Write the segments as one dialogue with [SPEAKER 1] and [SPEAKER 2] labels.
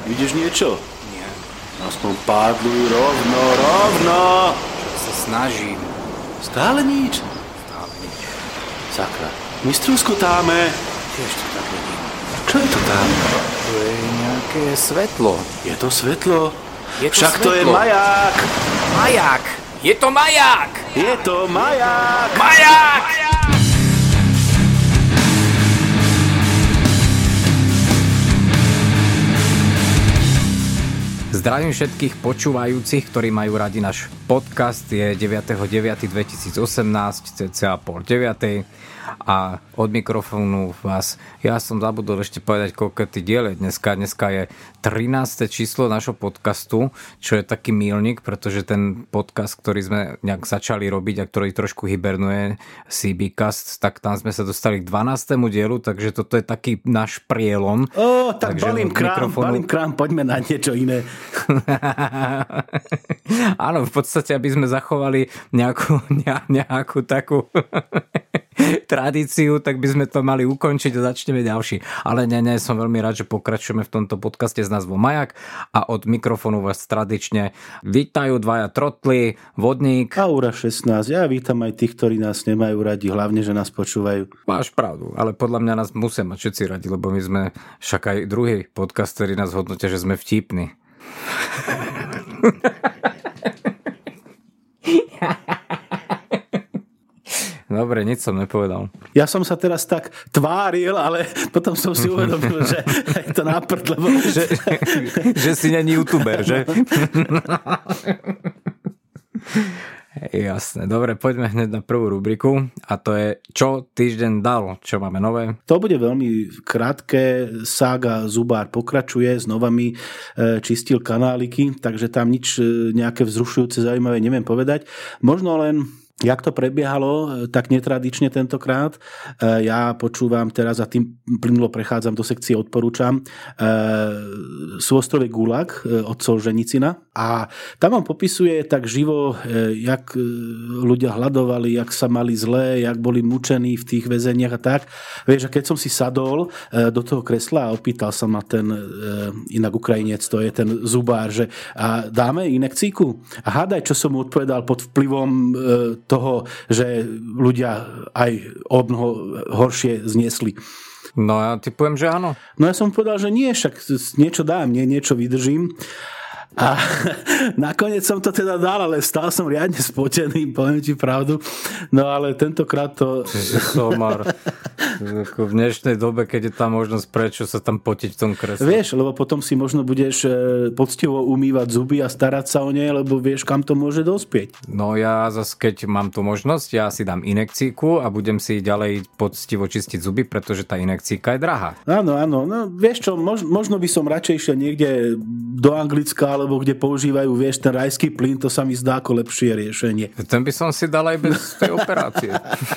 [SPEAKER 1] Vidíš niečo?
[SPEAKER 2] Nie.
[SPEAKER 1] Aspoň pádluj rovno.
[SPEAKER 2] Však sa snažím.
[SPEAKER 1] Stále nič?
[SPEAKER 2] Stále nič.
[SPEAKER 1] Sakra, my strúskotáme.
[SPEAKER 2] Tiež to tak vidím.
[SPEAKER 1] Čo je to tam?
[SPEAKER 2] To je nejaké svetlo.
[SPEAKER 1] Je to svetlo?
[SPEAKER 2] Je to
[SPEAKER 1] Však
[SPEAKER 2] svetlo.
[SPEAKER 1] to je maják.
[SPEAKER 2] Maják! Je to maják!
[SPEAKER 1] Je to maják.
[SPEAKER 2] Maják! Zdravím všetkých počúvajúcich, ktorí majú radi náš podcast. Je 9.9.2018, cca 8:30 a od mikrofónu vás, ja som zabudol ešte povedať, koľko ty diel je dneska. Dneska je 13. číslo našho podcastu, čo je taký míľnik, pretože ten podcast, ktorý sme nejak začali robiť a ktorý trošku hibernuje, CBcast, tak tam sme sa dostali k 12. dielu, takže toto je taký náš prielom.
[SPEAKER 1] Tak balím krám, poďme na niečo iné.
[SPEAKER 2] Áno, v podstate, aby sme zachovali nejakú takú tradíciu, tak by sme to mali ukončiť a začneme ďalší. Ale nie, som veľmi rád, že pokračujeme v tomto podcaste s názvom Majak a od mikrofónu vás tradične vítajú dvaja trotli, Vodník.
[SPEAKER 1] Aura 16. Ja vítam aj tých, ktorí nás nemajú radi, hlavne, že nás počúvajú.
[SPEAKER 2] Máš pravdu, ale podľa mňa nás musia mať všetci radi, lebo my sme však aj druhý podcast, ktorý nás hodnotia, že sme vtipní. Dobre, nič som nepovedal.
[SPEAKER 1] Ja som sa teraz tak tváril, ale potom som si uvedomil, že je to náprd, lebo...
[SPEAKER 2] že si není youtuber, že? Jasné, dobre, poďme hneď na prvú rubriku a to je Čo týždeň dal, čo máme nové?
[SPEAKER 1] To bude veľmi krátke, sága Zubár pokračuje, znova mi čistil kanáliky, takže tam nič nejaké vzrušujúce, zaujímavé neviem povedať. Možno len... Jak to prebiehalo, tak netradične tentokrát. Ja počúvam teraz a tým plynulo prechádzam do sekcie odporúčam Súostrovie Gulag od Solženicina a tam on popisuje tak živo, jak ľudia hladovali, jak sa mali zlé, jak boli mučení v tých väzeniach a tak. Vieš, a keď som si sadol do toho kresla a opýtal sa ma ten inak Ukrajinec, to je ten Zubár, že a dáme inekcíku? A hádaj, čo som mu odpovedal pod vplyvom toho, že ľudia aj o mnoho horšie zniesli.
[SPEAKER 2] No ja ti poviem, že áno.
[SPEAKER 1] No ja som povedal, že nie, však niečo dám, niečo vydržím. A nakoniec som to teda dal, ale stál som riadne spotený, poviem ti pravdu. No ale tentokrát to...
[SPEAKER 2] Somar. V dnešnej dobe, keď je tam možnosť, prečo sa tam potiť v tom kresle.
[SPEAKER 1] Vieš, lebo potom si možno budeš poctivo umývať zuby a starať sa o ne, lebo vieš, kam to môže dospieť.
[SPEAKER 2] No ja zase, keď mám tú možnosť, ja si dám inekcíku a budem si ďalej poctivo čistiť zuby, pretože tá inekcíka je drahá.
[SPEAKER 1] Áno. No vieš čo, možno by som radšej išiel niekde do Anglicka, alebo kde používajú, vieš, ten rajský plyn, to sa mi zdá ako lepšie riešenie.
[SPEAKER 2] Ten by som si dal aj bez tej operácie.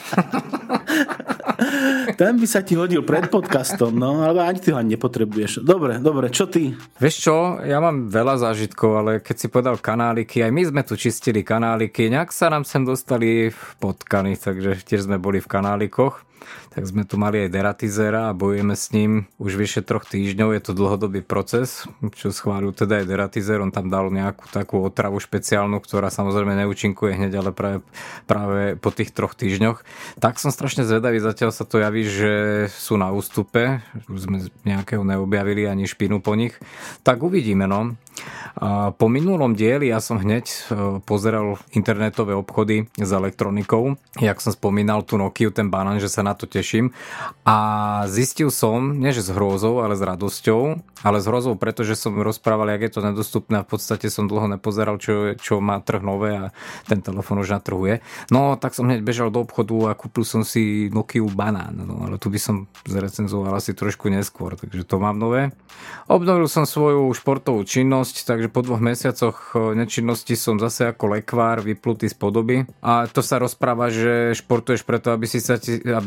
[SPEAKER 1] Ten by sa ti hodil pred podcastom, no, ale ani ty ho ani nepotrebuješ. Dobre, čo ty?
[SPEAKER 2] Vieš čo, ja mám veľa zážitkov, ale keď si povedal kanáliky, aj my sme tu čistili kanáliky, nejak sa nám sem dostali potkany, takže tiež sme boli v kanálikoch. Tak sme tu mali aj deratizéra a bojujeme s ním už vyše 3 týždňov. Je to dlhodobý proces, čo schválil teda aj deratizér. On tam dal nejakú takú otravu špeciálnu, ktorá samozrejme neúčinkuje hneď, ale práve po tých 3 týždňoch. Tak som strašne zvedavý, zatiaľ sa to javí, že sú na ústupe. Už sme nejakého neobjavili ani špinu po nich. Tak uvidíme, no. A po minulom dieli ja som hneď pozeral internetové obchody s elektronikou. Jak som spomínal tú Nokiu, ten banán, že sa na to teším. A zistil som, nie že s hrôzou, ale s radosťou, ale s hrôzou, pretože som rozprával, jak je to nedostupné a v podstate som dlho nepozeral, čo má trh nové a ten telefón už na trhu je. No, tak som hneď bežal do obchodu a kúpil som si Nokiu banán. No, ale tu by som zrecenzoval asi trošku neskôr, takže to mám nové. Obnovil som svoju športovú činnosť, takže po 2 mesiacoch nečinnosti som zase ako lekvár vyplutý z podoby. A to sa rozpráva, že športuješ preto, aby si sa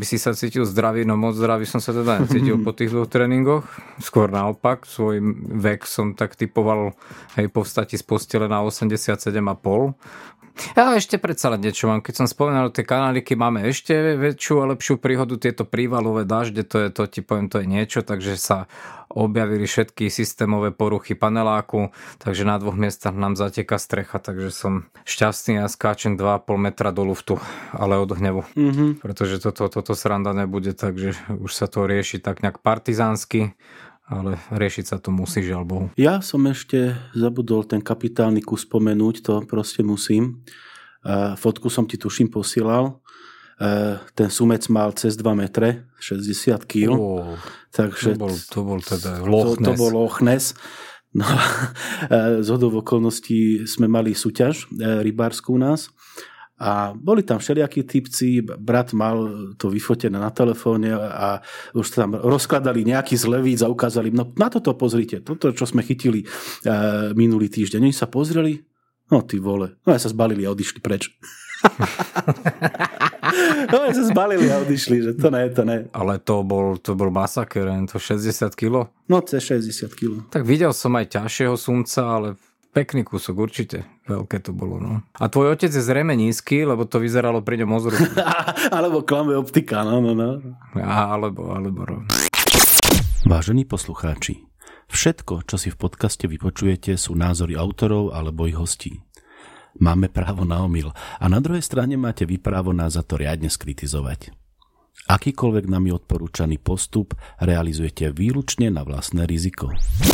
[SPEAKER 2] cítil zdravý, no moc zdravý som sa teda necítil po tých 2 tréningoch. Skôr naopak, svoj vek som tak typoval, hej, po vstati z postele na 87,5. Ja ešte predsa len niečo mám. Keď som spomenal tie kanáliky, máme ešte väčšiu a lepšiu príhodu, tieto prívalové dažde, to ti poviem, to je niečo, takže sa objavili všetky systémové poruchy paneláku, takže na 2 miestach nám zateká strecha, takže som šťastný a skáčem 2,5 metra do luftu, ale od hnevu. Pretože toto sranda nebude, takže už sa to rieši tak nejak partizánsky, ale riešiť sa to musí, žiaľ Bohu.
[SPEAKER 1] Ja som ešte zabudol ten kapitálny kus spomenúť, to proste musím. Fotku som ti tuším posielal. Ten sumec mal cez 2 metre, 60 kg. Takže
[SPEAKER 2] to bol teda Loch Ness.
[SPEAKER 1] To bol Loch Ness. No, zhodou okolností sme mali súťaž rybárskú u nás. A boli tam všelijakí typci, brat mal to vyfotené na telefóne a už tam rozkladali nejaký z levíc a ukázali, no na toto pozrite, toto, čo sme chytili minulý týždeň. Oni sa pozreli, no ty vole, no aj sa zbalili a odišli preč. No aj sa zbalili a odišli, že to ne.
[SPEAKER 2] Ale to bol masaker, to 60 kg?
[SPEAKER 1] No cez 60 kg.
[SPEAKER 2] Tak videl som aj ťažšieho sumca, ale pekný kúsok, určite. Veľké to bolo, no. A tvoj otec je zrejme nízky, lebo to vyzeralo pri ňom ozru.
[SPEAKER 1] Alebo klame optika, no.
[SPEAKER 2] Alebo.
[SPEAKER 1] Vážení poslucháči, všetko, čo si v podcaste vypočujete, sú názory autorov alebo ich hostí. Máme právo na omyl a na druhej strane máte vy právo nás za to riadne skritizovať. Akýkoľvek nami odporúčaný postup realizujete výlučne na vlastné riziko.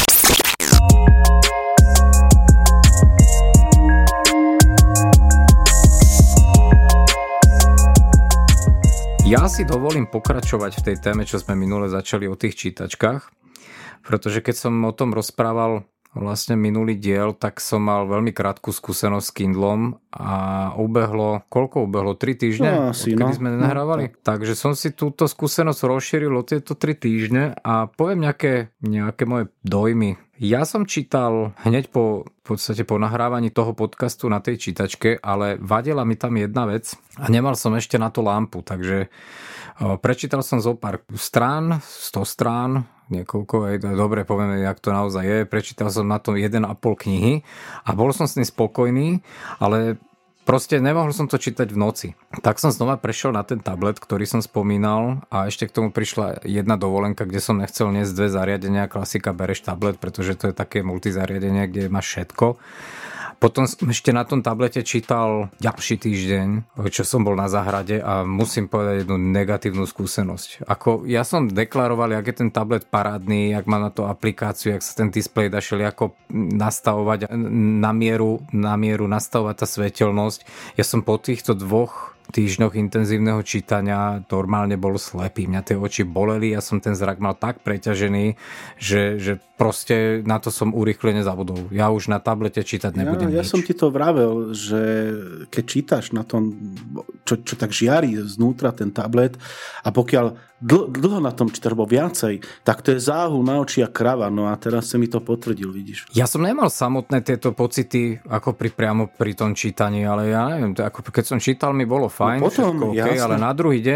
[SPEAKER 2] Ja si dovolím pokračovať v tej téme, čo sme minule začali o tých čítačkách, pretože keď som o tom rozprával vlastne minulý diel, tak som mal veľmi krátku skúsenosť s Kindlom a koľko ubehlo? 3 týždne?
[SPEAKER 1] No, asi,
[SPEAKER 2] odkedy sme nenahrávali? Takže som si túto skúsenosť rozšíril o tieto 3 týždne a poviem nejaké moje dojmy. Ja som čítal hneď v podstate po nahrávaní toho podcastu na tej čítačke, ale vadila mi tam jedna vec a nemal som ešte na to lampu, takže prečítal som zo pár strán, 100 strán, niekoľko, dobre povieme, jak to naozaj je, prečítal som na to 1,5 knihy a bol som s tým spokojný, ale proste nemohol som to čítať v noci. Tak som znova prešiel na ten tablet, ktorý som spomínal a ešte k tomu prišla jedna dovolenka, kde som nechcel niesť 2 zariadenia. Klasika, bereš tablet, pretože to je také multizariadenie, kde máš všetko. Potom som ešte na tom tablete čítal ďalší týždeň, čo som bol na záhrade a musím povedať jednu negatívnu skúsenosť. Ako ja som deklaroval, jak je ten tablet parádny, jak má na to aplikáciu, jak sa ten displej dá všelijako nastavovať na mieru nastavovať tá svetelnosť. Ja som po týchto 2 týždňoch intenzívneho čítania normálne bol slepý. Mňa tie oči boleli, ja som ten zrak mal tak preťažený, že proste na to som urýchlene zabudol. Ja už na tablete čítať nebudem
[SPEAKER 1] Ja som ti to vravel, že keď čítaš na tom, čo tak žiari znútra ten tablet a pokiaľ dlho na tom čítaš, alebo viacej, tak to je záhu na oči a krava. No a teraz sa mi to potvrdil, vidíš. Ja
[SPEAKER 2] som nemal samotné tieto pocity ako priamo pri tom čítaní, ale ja neviem, ako keď som čítal, mi bolo fajn, no potom, všetko okay, ale na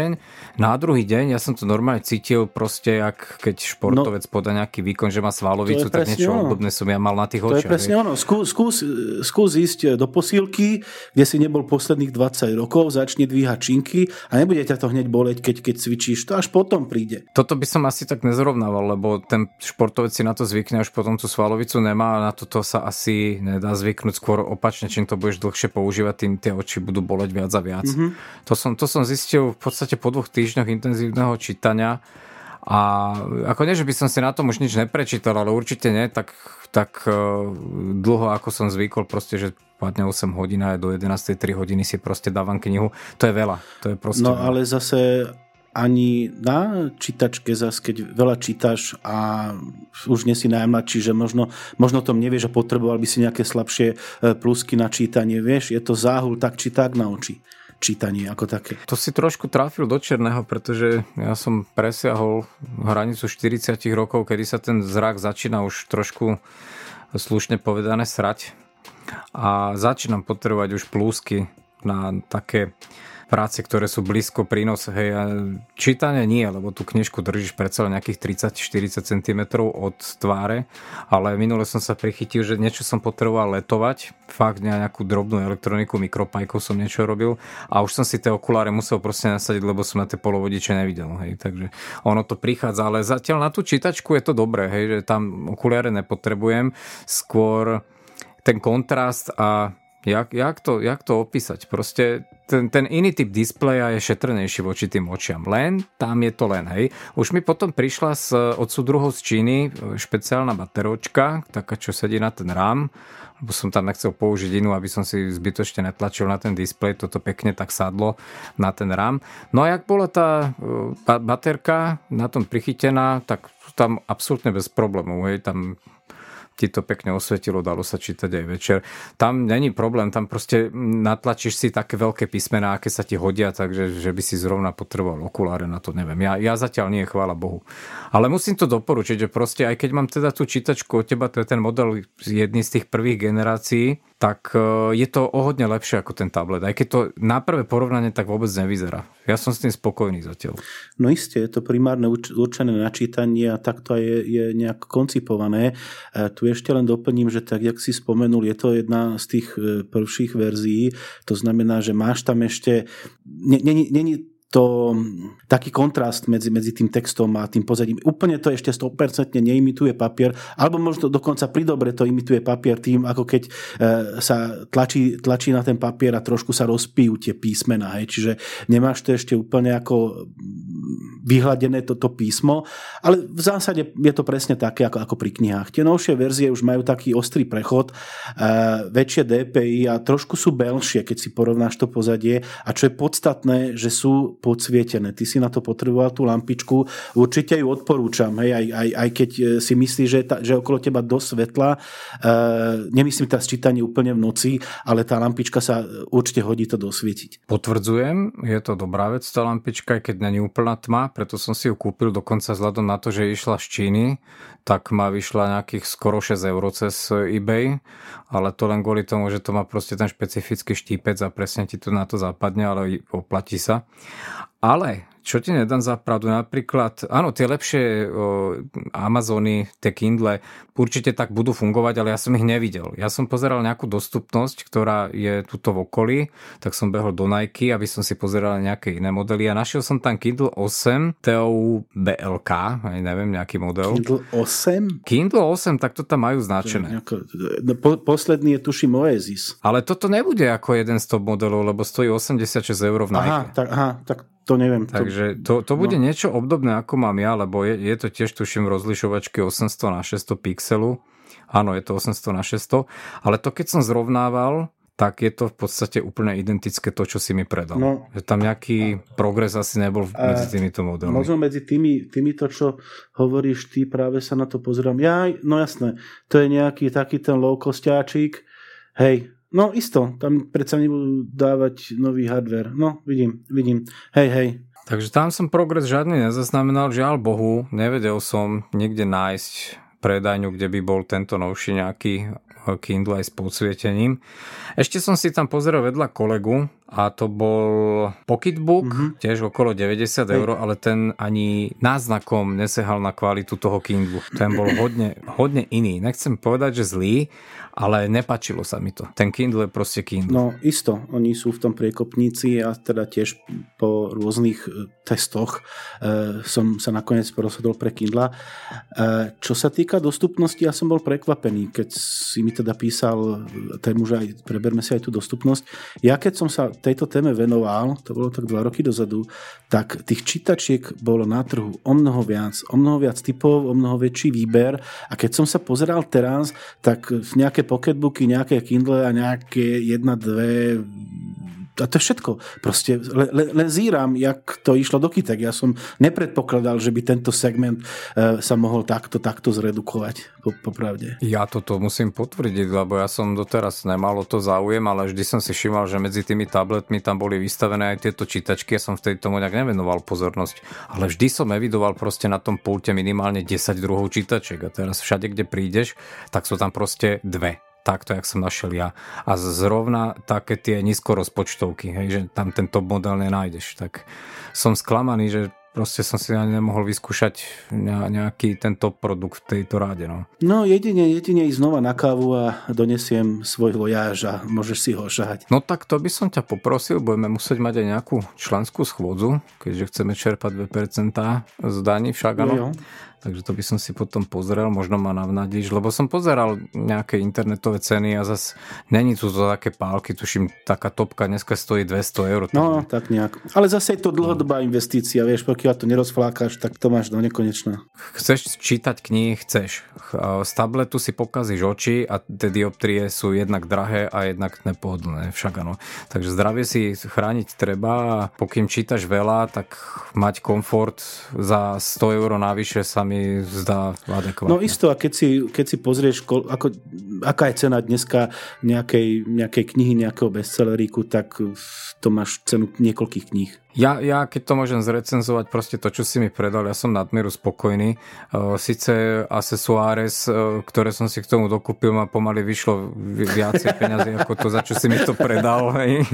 [SPEAKER 2] druhý deň ja som to normálne cítil proste, jak keď športovec podá nejaký výkon, že má svalovicu, tak niečo obdobné som ja mal na tých očiach.
[SPEAKER 1] To je presne ono. Skús ísť do posílky, kde si nebol posledných 20 rokov, začni dvíhať činky a nebude ťa to hneď boleť, keď cvičíš. To až potom príde.
[SPEAKER 2] Toto by som asi tak nezrovnával, lebo ten športovec si na to zvykne, až potom tú svalovicu nemá a na toto sa asi nedá zvyknúť, skôr opačne, čím to budeš dlhšie používať, tým tie oči budú boleť viac a viac. Mm-hmm. To som zistil v podstate po 2 týždňoch intenzívneho čítania a ako nie, že by som si na tom už nič neprečítal, ale určite nie, tak dlho, ako som zvykol, proste, že padne 8 hodín a do 11. 3 hodiny si proste dávam knihu. To je veľa. To je proste
[SPEAKER 1] veľa.
[SPEAKER 2] Ale
[SPEAKER 1] zase ani na čítačke zase, keď veľa čítaš a už nie si najmladší, že možno tom nevieš a potreboval by si nejaké slabšie plusky na čítanie, vieš, je to záhul tak či tak na oči. Čítanie ako také.
[SPEAKER 2] To si trošku trafil do černého, pretože ja som presiahol hranicu 40 rokov, kedy sa ten zrak začína už trošku slušne povedané srať a začínam potrebovať už plúsky na také práce, ktoré sú blízko prínos, hej, a čítanie nie, lebo tú knižku držíš predsa nejakých 30-40 cm od tváre, ale minule som sa prichytil, že niečo som potreboval letovať, fakt nejakú drobnú elektroniku, mikropajkou som niečo robil a už som si tie okuláre musel proste nasadiť, lebo som na tie polovodiče nevidel, hej, takže ono to prichádza, ale zatiaľ na tú čítačku je to dobré, hej, že tam okuliare nepotrebujem, skôr ten kontrast a jak to opísať? Proste ten iný typ displeja je šetrnejší voči tým očiam. Len tam je to len, hej. Už mi potom prišla od súdruhov z Číny špeciálna bateročka, taká, čo sedí na ten rám, lebo som tam nechcel použiť inú, aby som si zbytočne netlačil na ten displej, toto pekne tak sadlo na ten rám. No a jak bola tá baterka na tom prichytená, tak tam absolútne bez problémov, hej, tam ti to pekne osvetilo, dalo sa čítať aj večer. Tam není problém, tam proste natlačíš si také veľké písmená, aké sa ti hodia, takže že by si zrovna potreboval okuláre na to, neviem. Ja zatiaľ nie, chvála Bohu. Ale musím to doporučiť, že proste aj keď mám teda tú čítačku od teba, to je ten model jedný z tých prvých generácií, tak je to o hodne lepšie ako ten tablet. Aj keď to na prvé porovnanie tak vôbec nevyzerá. Ja som s tým spokojný zatiaľ.
[SPEAKER 1] No isté, je to primárne určené na čítanie a takto je nejak koncipované. Tu ešte len doplním, že tak, jak si spomenul, je to jedna z tých prvších verzií. To znamená, že máš tam ešte... Není to taký kontrast medzi tým textom a tým pozadím. Úplne to ešte 100% neimituje papier, alebo možno dokonca pridobre to imituje papier tým, ako keď sa tlačí na ten papier a trošku sa rozpijú tie písmená. Čiže nemáš to ešte úplne ako vyhladené toto písmo, ale v zásade je to presne také ako pri knihách. Tie novšie verzie už majú taký ostrý prechod, väčšie DPI a trošku sú belšie, keď si porovnáš to pozadie, a čo je podstatné, že sú podsvietené. Ty si na to potreboval tú lampičku, určite ju odporúčam, hej, aj keď si myslíš, že okolo teba dosť svetla, nemyslím teraz čítanie úplne v noci, ale tá lampička sa určite hodí to dosvietiť.
[SPEAKER 2] Potvrdzujem, je to dobrá vec tá lampička, aj keď není úplná tma, preto som si ju kúpil dokonca vzhľadom na to, že išla z Číny, tak ma vyšla nejakých skoro 6 € cez eBay, ale to len kvôli tomu, že to má proste ten špecifický štípec a presne ti to na to zapadne, ale oplatí sa. Ale čo ti nedám za pravdu, napríklad, áno, tie lepšie Amazony, tie Kindle určite tak budú fungovať, ale ja som ich nevidel. Ja som pozeral nejakú dostupnosť, ktorá je tuto v okolí, tak som behol do Nike, aby som si pozeral nejaké iné modely a našiel som tam Kindle 8 TOU BLK, aj neviem, nejaký model.
[SPEAKER 1] Kindle 8?
[SPEAKER 2] Kindle 8, tak to tam majú značené.
[SPEAKER 1] Posledný je tuším Oasis.
[SPEAKER 2] Ale toto nebude ako jeden z top modelov, lebo stojí 86 € v Nike.
[SPEAKER 1] Tak to neviem.
[SPEAKER 2] Takže to bude niečo obdobné ako mám ja, lebo je to tiež tuším v rozlišovačke 800x600 pixelu. Áno, je to 800x600, ale to keď som zrovnával, tak je to v podstate úplne identické to, čo si mi predal. No, že tam nejaký progres asi nebol medzi týmito modelmi.
[SPEAKER 1] Možno medzi týmito, čo hovoríš ty, práve sa na to pozerám. No jasné, to je nejaký taký ten low-costiáčik. Hej, no isto, tam predsa nebudú dávať nový hardware. No, vidím. Hej.
[SPEAKER 2] Takže tam som progres žiadny nezaznamenal, žiaľ Bohu, nevedel som niekde nájsť predajňu, kde by bol tento novší nejaký Kindle aj s podsvietením. Ešte som si tam pozeral vedľa kolegu a to bol Pocketbook, tiež okolo 90 €, ale ten ani náznakom nesehal na kvalitu toho Kindlu. Ten bol hodne iný. Nechcem povedať, že zlý, ale nepáčilo sa mi to. Ten Kindle je proste Kindle.
[SPEAKER 1] No isto, oni sú v tom priekopníci a teda tiež po rôznych testoch som sa nakoniec rozhodol pre Kindle. Čo sa týka dostupnosti, ja som bol prekvapený, keď si mi teda písal tému, že aj preberme si aj tú dostupnosť. Ja keď som sa tejto téme venoval, to bolo tak 2 roky dozadu, tak tých čítačiek bolo na trhu o mnoho viac typov, o mnoho väčší výber a keď som sa pozeral teraz, tak nejaké pocketbooky, nejaké Kindle a nejaké 1-2 a to je všetko. Proste len zíram, jak to išlo do kytek. Ja som nepredpokladal, že by tento segment sa mohol takto zredukovať, popravde.
[SPEAKER 2] Ja toto musím potvrdiť, lebo ja som doteraz nemal o to záujem, ale vždy som si všimol, že medzi tými tabletmi tam boli vystavené aj tieto čítačky. Ja som vtedy tomu nejak nevenoval pozornosť. Ale vždy som evidoval proste na tom pulte minimálne 10 druhov čítačiek. A teraz všade, kde prídeš, tak sú tam proste 2. takto, jak som našiel ja. A zrovna také tie nízkorozpočtovky, hej, že tam ten top model nenájdeš. Tak som sklamaný, že proste som si ani nemohol vyskúšať nejaký ten top produkt v tejto ráde.
[SPEAKER 1] No jedine ísť znova na kávu a donesiem svoj vojáž a môžeš si ho šahať.
[SPEAKER 2] No tak to by som ťa poprosil, budeme musieť mať aj nejakú členskú schôdzu, keďže chceme čerpať 2% z daní však, áno. Takže to by som si potom pozrel, možno ma navnadíš, lebo som pozeral nejaké internetové ceny a zase není tu to také pálky, tuším, taká topka dneska stojí 200 €.
[SPEAKER 1] No, tak nejak. Ale zase je to dlhodobá investícia, vieš, pokiaľ to nerozflákaš, tak to máš do nekonečna.
[SPEAKER 2] Chceš čítať knihy, chceš. Z tabletu si pokazíš oči a tie dioptrie sú jednak drahé a jednak nepohodlné, však áno. Takže zdravie si chrániť treba a pokým čítaš veľa, tak mať komfort za 100 € navyše sa mi zdá adekvátne.
[SPEAKER 1] No isto, a keď si pozrieš, aká je cena dneska nejakej knihy, nejakého bestselleríku, tak to máš cenu niekoľkých kníh.
[SPEAKER 2] Ja keď to môžem zrecenzovať, proste to, čo si mi predal, ja som nadmieru spokojný. Sice accessoires, ktoré som si k tomu dokúpil, ma pomaly vyšlo viacej peňazí ako to, za čo si mi to predal. Hej.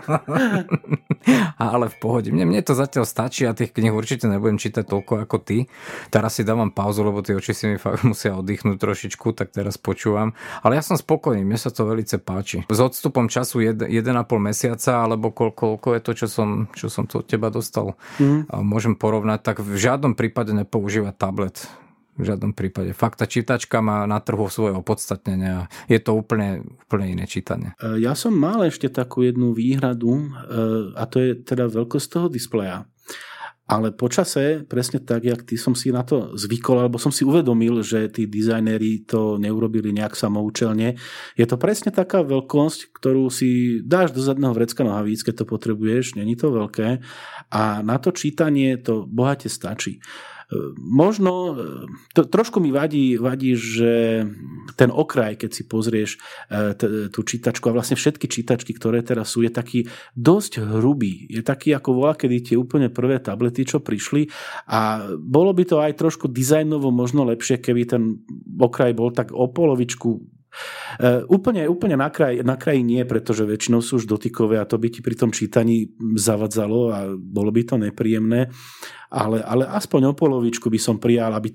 [SPEAKER 2] Ale v pohode. Mne to zatiaľ stačí a tých kníh určite nebudem čítať toľko ako ty. Teraz si dávam pauzu, lebo tie oči si mi fakt musia oddychnúť trošičku, tak teraz počúvam. Ale ja som spokojný, mne sa to veľce páči. S odstupom času 1,5 mesiaca, alebo koľko je to, čo som to od teba dostal. A môžem porovnať, tak v žiadnom prípade nepoužívať tablet. V žiadnom prípade. Fakt, tá čítačka má na trhu svoje opodstatnenie. Je to úplne iné čítanie.
[SPEAKER 1] Ja som mal ešte takú jednu výhradu a to je teda veľkosť toho displeja. Ale počase, presne tak, jak ty som si na to zvykol, alebo som si uvedomil, že tí dizajneri to neurobili nejak samoučelne. Je to presne taká veľkosť, ktorú si dáš do zadného vrecka nohavíc, keď to potrebuješ, není to veľké. A na to čítanie to bohate stačí. Možno trošku mi vadí, že ten okraj, keď si pozrieš tú čítačku a vlastne všetky čítačky, ktoré teraz sú, je taký dosť hrubý. Je taký ako voľakedy tie úplne prvé tablety, čo prišli a bolo by to aj trošku dizajnovo možno lepšie, keby ten okraj bol tak o polovičku úplne na kraji nie, pretože väčšinou sú už dotykové a to by ti pri tom čítaní zavadzalo a bolo by to nepríjemné, ale aspoň o polovičku by som prijal, aby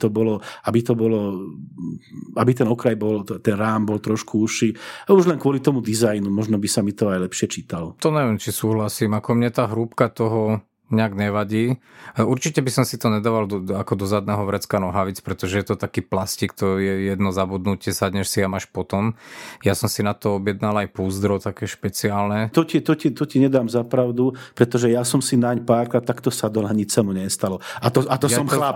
[SPEAKER 1] ten okraj bol, ten rám bol trošku užší a už len kvôli tomu dizajnu, možno by sa mi to aj lepšie čítalo.
[SPEAKER 2] To neviem, či súhlasím, ako mne tá hrúbka toho nejak nevadí. Určite by som si to nedával ako do zadného vrecka nohavic, pretože je to taký plastik, to je jedno zabudnutie, sadneš si a máš potom. Ja som si na to objednal aj púzdro, také špeciálne.
[SPEAKER 1] To ti nedám za pravdu, pretože ja som si naň párkrát takto sadol a nič sa mu nestalo. A to som chlap.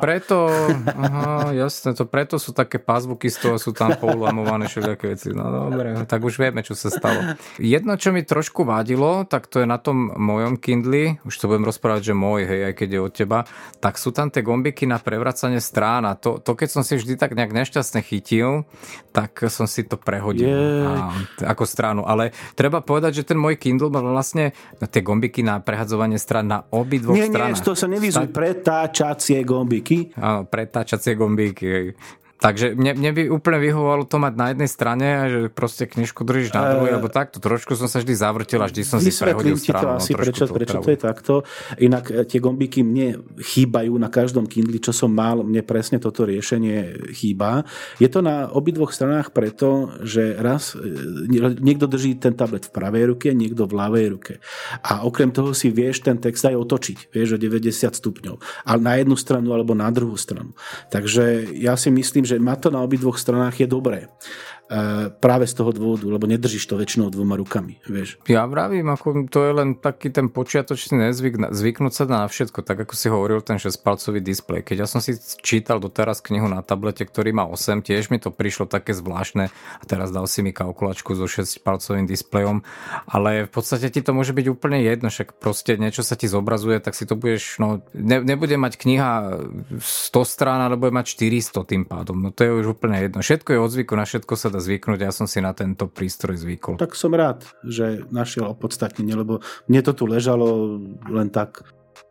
[SPEAKER 2] Jasné, preto sú také passbooky z toho, sú tam poulamované všelijaké veci. No dobre, tak už vieme, čo sa stalo. Jedno, čo mi trošku vadilo, tak to je na tom mojom Kindli, už to budem rozprávať, že môj, hej, aj keď je od teba, tak sú tam tie gombiky na prevracanie strán a to keď som si vždy tak nejak nešťastne chytil, tak som si to prehodil ako stranu. Ale treba povedať, že ten môj Kindle mal vlastne tie gombiky na prehadzovanie strán na obidvoch stranách.
[SPEAKER 1] Nie, to sa nevyzuje pretáčacie gombiky.
[SPEAKER 2] Áno, pretáčacie gombiky, hej. Takže mne by úplne vyhovovalo to mať na jednej strane, že proste knižku držíš na druhej, alebo takto. Trošku som sa vždy zavrtil a vždy som si prehodil stranu.
[SPEAKER 1] Vysvetlím ti to asi, prečo to je takto. Inak tie gombiky mne chýbajú na každom Kindli, čo som mal, mne presne toto riešenie chýba. Je to na obidvoch stranách preto, že raz niekto drží ten tablet v pravej ruke, niekto v ľavej ruke. A okrem toho si vieš ten text aj otočiť, vieš, o 90 stupňov. Ale na jednu stranu alebo na druhú stranu. Takže ja si myslím, že mať to na obidvoch stranách je dobré. Práve z toho dôvodu, lebo nedržíš to väčšinou dvoma rukami, vieš.
[SPEAKER 2] Ja vravím, ako to je len taký ten počiatočný nezvyk, zvyknúť sa na všetko, tak ako si hovoril ten 6-palcový displej. Keď ja som si čítal doteraz knihu na tablete, ktorý má 8, tiež mi to prišlo také zvláštne a teraz dal si mi kalkulačku so 6-palcovým displejom, ale v podstate ti to môže byť úplne jedno, však proste niečo sa ti zobrazuje, tak si to budeš, nebude mať kniha 100 strán, ale bude mať 400 tým pádom, no to je už úplne jedno. Všetko je od zvyku, na všetko sa dá zvyknúť, ja som si na tento prístroj zvykol.
[SPEAKER 1] Tak som rád, že našiel opodstatnenie, lebo mne to tu ležalo len tak.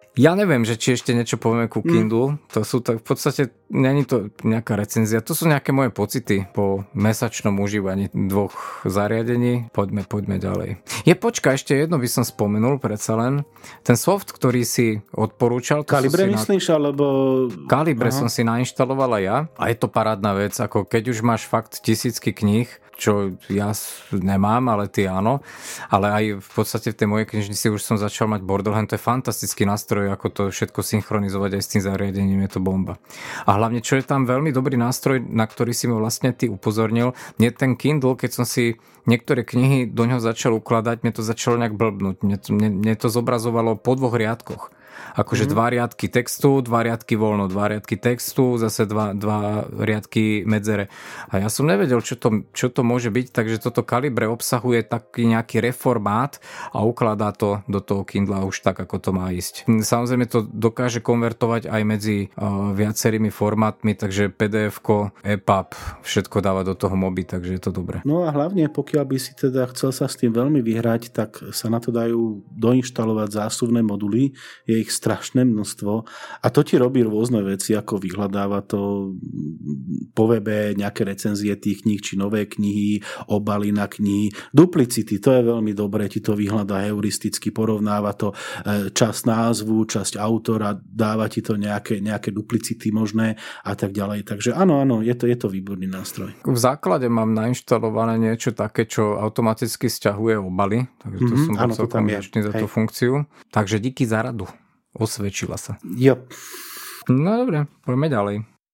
[SPEAKER 2] Ja neviem, že či ešte niečo povieme ku Kindle. To sú tak v podstate, není to nejaká recenzia, to sú nejaké moje pocity po mesačnom užívaní 2 zariadení. Poďme ďalej. Počkaj, ešte jedno by som spomenul, predsa len. Ten soft, ktorý si odporúčal...
[SPEAKER 1] Kalibre myslíš, alebo...
[SPEAKER 2] Kalibre som si nainštalovala ja a je to parádna vec, ako keď už máš fakt tisícky kníh, čo ja nemám, ale ty áno. Ale aj v podstate v tej mojej knižnici už som začal mať Borderland, to je fantastický nástroj, ako to všetko synchronizovať aj s tým zariadením, je to bomba. A hlavne, čo je tam veľmi dobrý nástroj, na ktorý si ma vlastne ty upozornil, nie ten Kindle, keď som si niektoré knihy do ňoho začal ukladať, mne to začalo nejak blbnúť. Mne to zobrazovalo po 2 riadkoch. Akože 2 riadky textu, 2 riadky voľno, 2 riadky textu, zase 2 riadky medzere. A ja som nevedel, čo to môže byť, takže toto Kalibre obsahuje taký nejaký reformát a ukladá to do toho Kindla už tak, ako to má ísť. Samozrejme to dokáže konvertovať aj medzi viacerými formátmi, takže PDF-ko, EPUB, všetko dáva do toho moby, takže je to dobré.
[SPEAKER 1] No a hlavne, pokiaľ by si teda chcel sa s tým veľmi vyhrať, tak sa na to dajú doinštalovať zásuvné moduly, je ich strašné množstvo a to ti robí rôzne veci, ako vyhľadáva to po webe nejaké recenzie tých kníh, či nové knihy, obaly na knihy, duplicity, to je veľmi dobré, ti to vyhľadá heuristicky, porovnáva to časť názvu, časť autora, dáva ti to nejaké duplicity možné a tak ďalej. Takže áno, je to výborný nástroj.
[SPEAKER 2] V základe mám nainštalované niečo také, čo automaticky sťahuje obaly, takže to som bol celkom vďačný za tú funkciu. Takže díky za radu. Osvedčila sa.
[SPEAKER 1] Jo.
[SPEAKER 2] No dobre, poďme ďalej.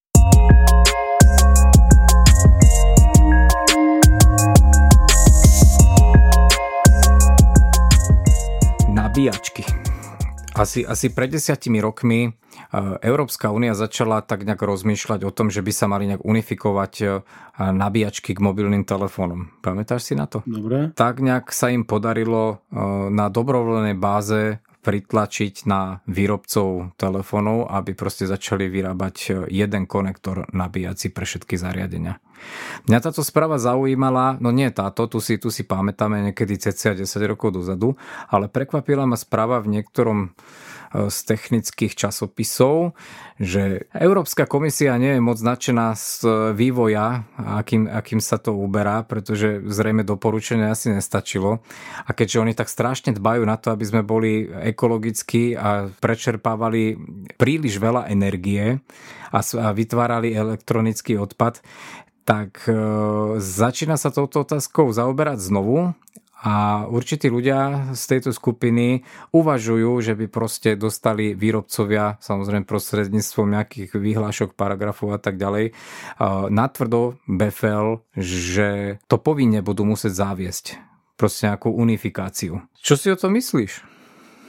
[SPEAKER 2] Nabíjačky. Asi pred 10 rokmi Európska únia začala tak nejak rozmýšľať o tom, že by sa mali nejak unifikovať nabíjačky k mobilným telefónom. Pamätáš si na to?
[SPEAKER 1] Dobre.
[SPEAKER 2] Tak nejak sa im podarilo na dobrovoľnej báze pritlačiť na výrobcov telefónov, aby proste začali vyrábať jeden konektor nabíjací pre všetky zariadenia. Mňa táto správa zaujímala, no nie táto, tu si pamätáme niekedy cca 10 rokov dozadu, ale prekvapila ma správa v niektorom z technických časopisov, že Európska komisia nie je moc nadšená z vývoja, akým sa to uberá, pretože zrejme doporučenie asi nestačilo. A keďže oni tak strašne dbajú na to, aby sme boli ekologickí a prečerpávali príliš veľa energie a vytvárali elektronický odpad, tak začína sa touto otázkou zaoberať znovu. A určití ľudia z tejto skupiny uvažujú, že by proste dostali výrobcovia, samozrejme prostredníctvom nejakých vyhlášok, paragrafov a tak ďalej, natvrdo befel, že to povinne budú musieť zaviesť. Proste nejakú unifikáciu. Čo si o to myslíš?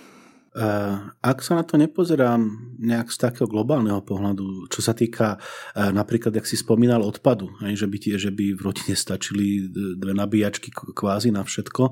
[SPEAKER 1] Ak sa na to nepozerám nejak z takého globálneho pohľadu, čo sa týka napríklad, jak si spomínal, odpadu, že by v rodine stačili 2 nabíjačky kvázi na všetko,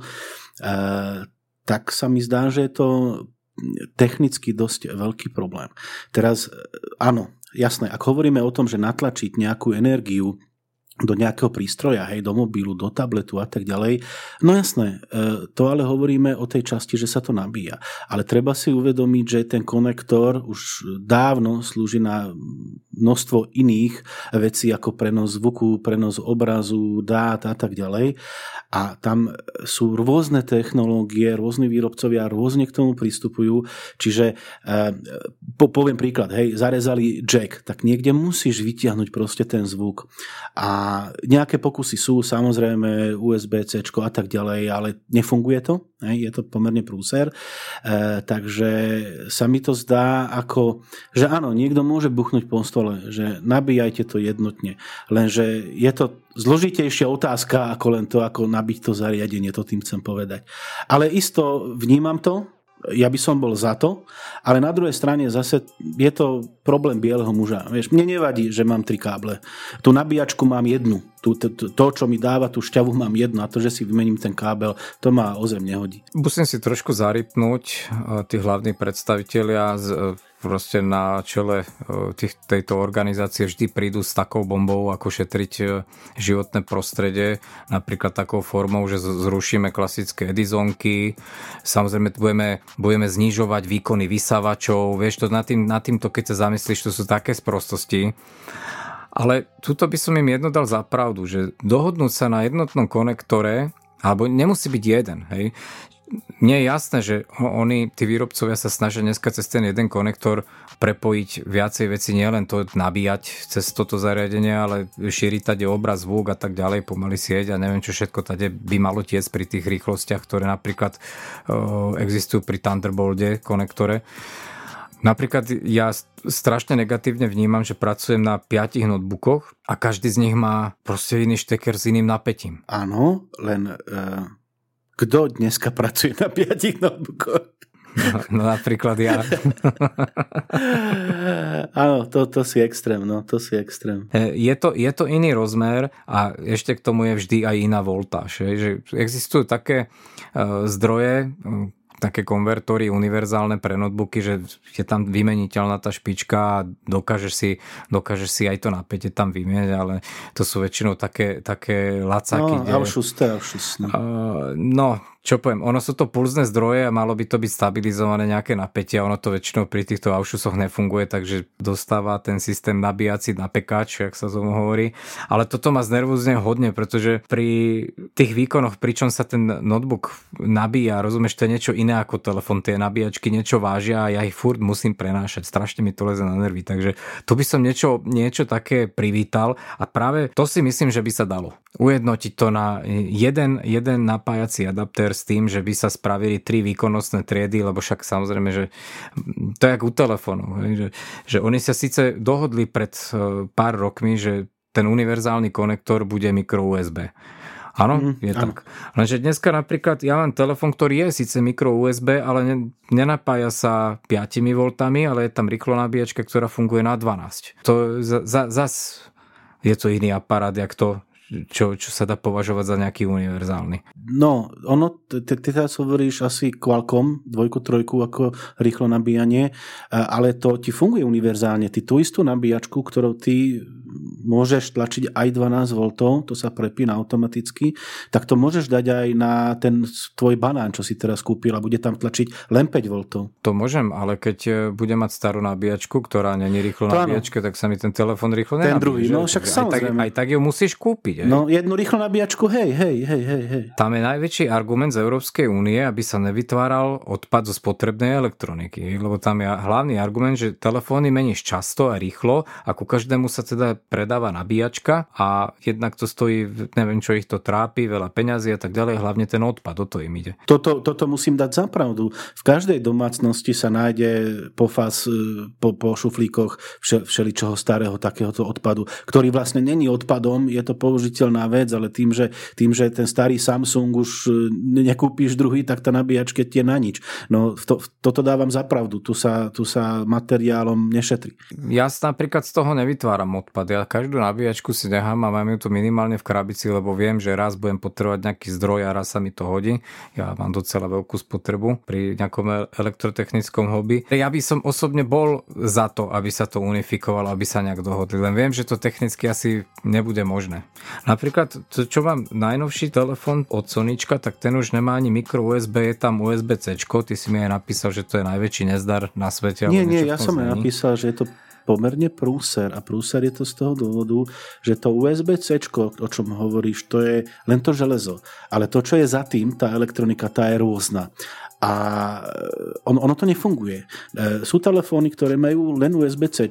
[SPEAKER 1] tak sa mi zdá, že je to technicky dosť veľký problém. Teraz, áno, jasné, ak hovoríme o tom, že natlačiť nejakú energiu do nejakého prístroja, do mobilu, do tabletu a tak ďalej. No jasné, to ale hovoríme o tej časti, že sa to nabíja. Ale treba si uvedomiť, že ten konektor už dávno slúži na množstvo iných vecí, ako prenos zvuku, prenos obrazu, dát a tak ďalej. A tam sú rôzne technológie, rôzni výrobcovia rôzne k tomu pristupujú. Čiže poviem príklad, zarezali jack, tak niekde musíš vytiahnuť proste ten zvuk. A nejaké pokusy sú, samozrejme USB-C a tak ďalej, ale nefunguje to, je to pomerne prúser, takže sa mi to zdá ako, že áno, niekto môže buchnúť po stole, že nabíjajte to jednotne, lenže je to zložitejšia otázka ako len to, ako nabiť to zariadenie, to tým chcem povedať. Ale isto vnímam to, ja by som bol za to, ale na druhej strane zase je to problém bieleho muža. Vieš, mne nevadí, že mám 3 káble. Tú nabíjačku mám jednu. To, čo mi dáva tú šťavu, mám jednu. A to, že si vymením ten kábel, to ma o zem nehodí.
[SPEAKER 2] Musím si trošku zarypnúť tí hlavní predstavitelia v proste na čele tejto organizácie vždy prídu s takou bombou, ako šetriť životné prostredie, napríklad takou formou, že zrušíme klasické Edisonky, samozrejme budeme znižovať výkony vysávačov, vieš, to nad týmto, keď sa zamyslíš, to sú také sprostosti. Ale tuto by som im jedno dal za pravdu, že dohodnúť sa na jednotnom konektore, alebo nemusí byť jeden, hej. Nie je jasné, že oni, tí výrobcovia sa snažia dneska cez ten jeden konektor prepojiť viacej veci, nielen to nabíjať cez toto zariadenie, ale šíriť tade obraz, zvuk a tak ďalej, pomaly sieť a neviem čo všetko tade by malo tiecť pri tých rýchlostiach, ktoré napríklad existujú pri Thunderbolde konektore. Napríklad ja strašne negatívne vnímam, že pracujem na 5 notebookoch a každý z nich má proste iný šteker s iným napätím.
[SPEAKER 1] Áno, len kto dneska pracuje na 5 notebookoch?
[SPEAKER 2] No napríklad ja.
[SPEAKER 1] Áno, to si extrém, no, to si extrém.
[SPEAKER 2] Je to iný rozmer a ešte k tomu je vždy aj iná voltáž. Že existujú také zdroje, také konvertory univerzálne pre notebooky, že je tam vymeniteľná tá špička a dokážeš si aj to napätie tam vymieť, ale to sú väčšinou také lacáky.
[SPEAKER 1] No, Ausschuss.
[SPEAKER 2] No, čo poviem, ono sú to pulzné zdroje a malo by to byť stabilizované nejaké napätie a ono to väčšinou pri týchto Ausschussoch nefunguje, takže dostáva ten systém nabíjací napekáč, jak sa tomu hovorí. Ale toto ma znervózne hodne, pretože pri tých výkonoch, pričom sa ten notebook nabíja, rozumieš, to je niečo iné ako telefón, tie nabíjačky niečo vážia a ja ich furt musím prenášať, strašne mi to leze na nervy, takže tu by som niečo také privítal a práve to si myslím, že by sa dalo. Ujednotiť to na jeden napájací adaptér s tým, že by sa spravili 3 výkonnostné triedy, lebo však samozrejme, že to je jak u telefónov, že oni sa síce dohodli pred pár rokmi, že ten univerzálny konektor bude micro USB. Áno, je tak. Lenže dneska napríklad ja mám telefón, ktorý je síce micro USB, ale nenapája sa 5 V, ale je tam rýchlo nabíjačka, ktorá funguje na 12. To zas je to iný aparát, jak to čo sa dá považovať za nejaký univerzálny.
[SPEAKER 1] No, ty teraz hovoríš asi Qualcomm 2, 3 ako rýchlo nabíjanie, ale to ti funguje univerzálne. Ty tú istú nabíjačku, ktorou ty môžeš tlačiť aj 12 V, to sa prepína automaticky, tak to môžeš dať aj na ten tvoj banán, čo si teraz kúpil a bude tam tlačiť len 5 V.
[SPEAKER 2] To môžem, ale keď budem mať starú nabíjačku, ktorá není rýchlo nabíjačka, tak sa mi ten telefón rýchlo nenabíja.
[SPEAKER 1] Ten druhý, no však samozrejme.
[SPEAKER 2] Aj tak ju musíš kúpiť.
[SPEAKER 1] No, jednu rýchlo nabíjačku, hej.
[SPEAKER 2] Tam je najväčší argument z Európskej únie, aby sa nevytváral odpad zo spotrebnej elektroniky, lebo tam je hlavný argument, že telefóny meníš často a rýchlo a ku každému sa teda predáva nabíjačka a jednak to stojí, neviem čo ich to trápi, veľa peňazí a tak ďalej, hlavne ten odpad, o to im ide.
[SPEAKER 1] Toto musím dať za pravdu. V každej domácnosti sa nájde pofas po šuflíkoch všeličoho starého takéhoto odpadu, ktorý vlastne není odpadom, je to použiteľná vec, ale tým, že ten starý Samsung už nekúpiš druhý, tak tá nabíjačka tie na nič. No toto dávam za pravdu. Tu sa materiálom nešetrí.
[SPEAKER 2] Ja napríklad z toho nevytváram odpad. Ja každú nabíjačku si nechám a mám ju tu minimálne v krabici, lebo viem, že raz budem potrebovať nejaký zdroj a raz sa mi to hodí. Ja mám docela veľkú spotrebu pri nejakom elektrotechnickom hobby. Ja by som osobne bol za to, aby sa to unifikovalo, aby sa nejak dohodli. Len viem, že to technicky asi nebude možné. Napríklad, čo mám najnovší telefón od Sonyčka, tak ten už nemá ani micro USB, je tam USB-C. Ty si mi aj napísal, že to je najväčší nezdar na svete.
[SPEAKER 1] Nie, ja som aj napísal, že je to pomerne prúser a prúser je to z toho dôvodu, že to USB-C, o čom hovoríš, to je len to železo. Ale to, čo je za tým, tá elektronika, tá je rôzna. A ono to nefunguje. Sú telefóny, ktoré majú len USB-C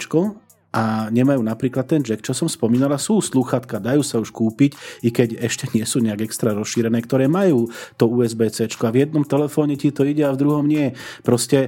[SPEAKER 1] a nemajú napríklad ten jack, čo som spomínala, sú slúchatka, dajú sa už kúpiť, i keď ešte nie sú nejak extra rozšírené, ktoré majú to USB-C a v jednom telefóne ti to ide a v druhom nie. Proste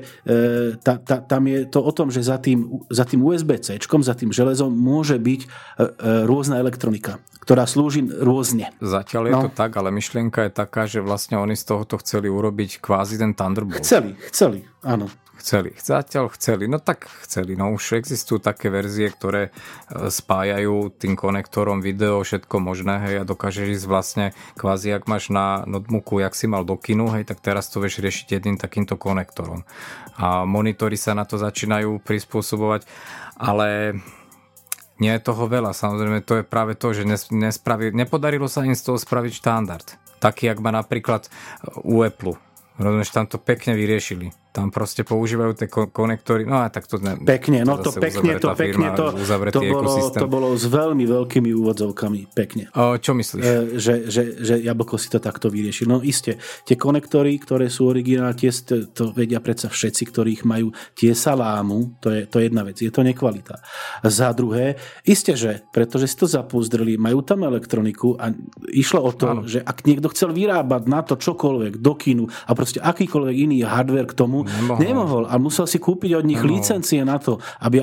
[SPEAKER 1] tam je to o tom, že za tým USB-C, za tým železom môže byť rôzna elektronika, ktorá slúži rôzne.
[SPEAKER 2] Zatiaľ je to tak, ale myšlienka je taká, že vlastne oni z tohoto chceli urobiť kvázi ten Thunderbolt.
[SPEAKER 1] Chceli, áno.
[SPEAKER 2] chceli. No tak chceli. No už existujú také verzie, ktoré spájajú tým konektorom video, všetko možné, hej, a dokážeš ísť vlastne kvázi, ak máš na notebooku, jak si mal do kinu, hej, tak teraz to vieš riešiť jedným takýmto konektorom. A monitory sa na to začínajú prispôsobovať, ale nie je toho veľa. Samozrejme, to je práve to, že nepodarilo sa im z toho spraviť štandard. Taký, jak má napríklad u Apple. Rozumieš, tam to pekne vyriešili. Tam proste používajú tie konektory. No a tak to...
[SPEAKER 1] Pekne, no to pekne, to bolo s veľmi veľkými úvodzovkami. Pekne.
[SPEAKER 2] Čo myslíš?
[SPEAKER 1] Že Jablko si to takto vyrieši. No iste, tie konektory, ktoré sú originálne, to vedia predsa všetci, ktorých majú tie salámu, to je jedna vec, je to nekvalita. Za druhé, iste, že pretože si to zapúzdrili, majú tam elektroniku a išlo o to, že ak niekto chcel vyrábať na to čokoľvek do kinu a proste akýkoľvek iný hardware k tomu, nemohol. A musel si kúpiť od nich licencie na to, aby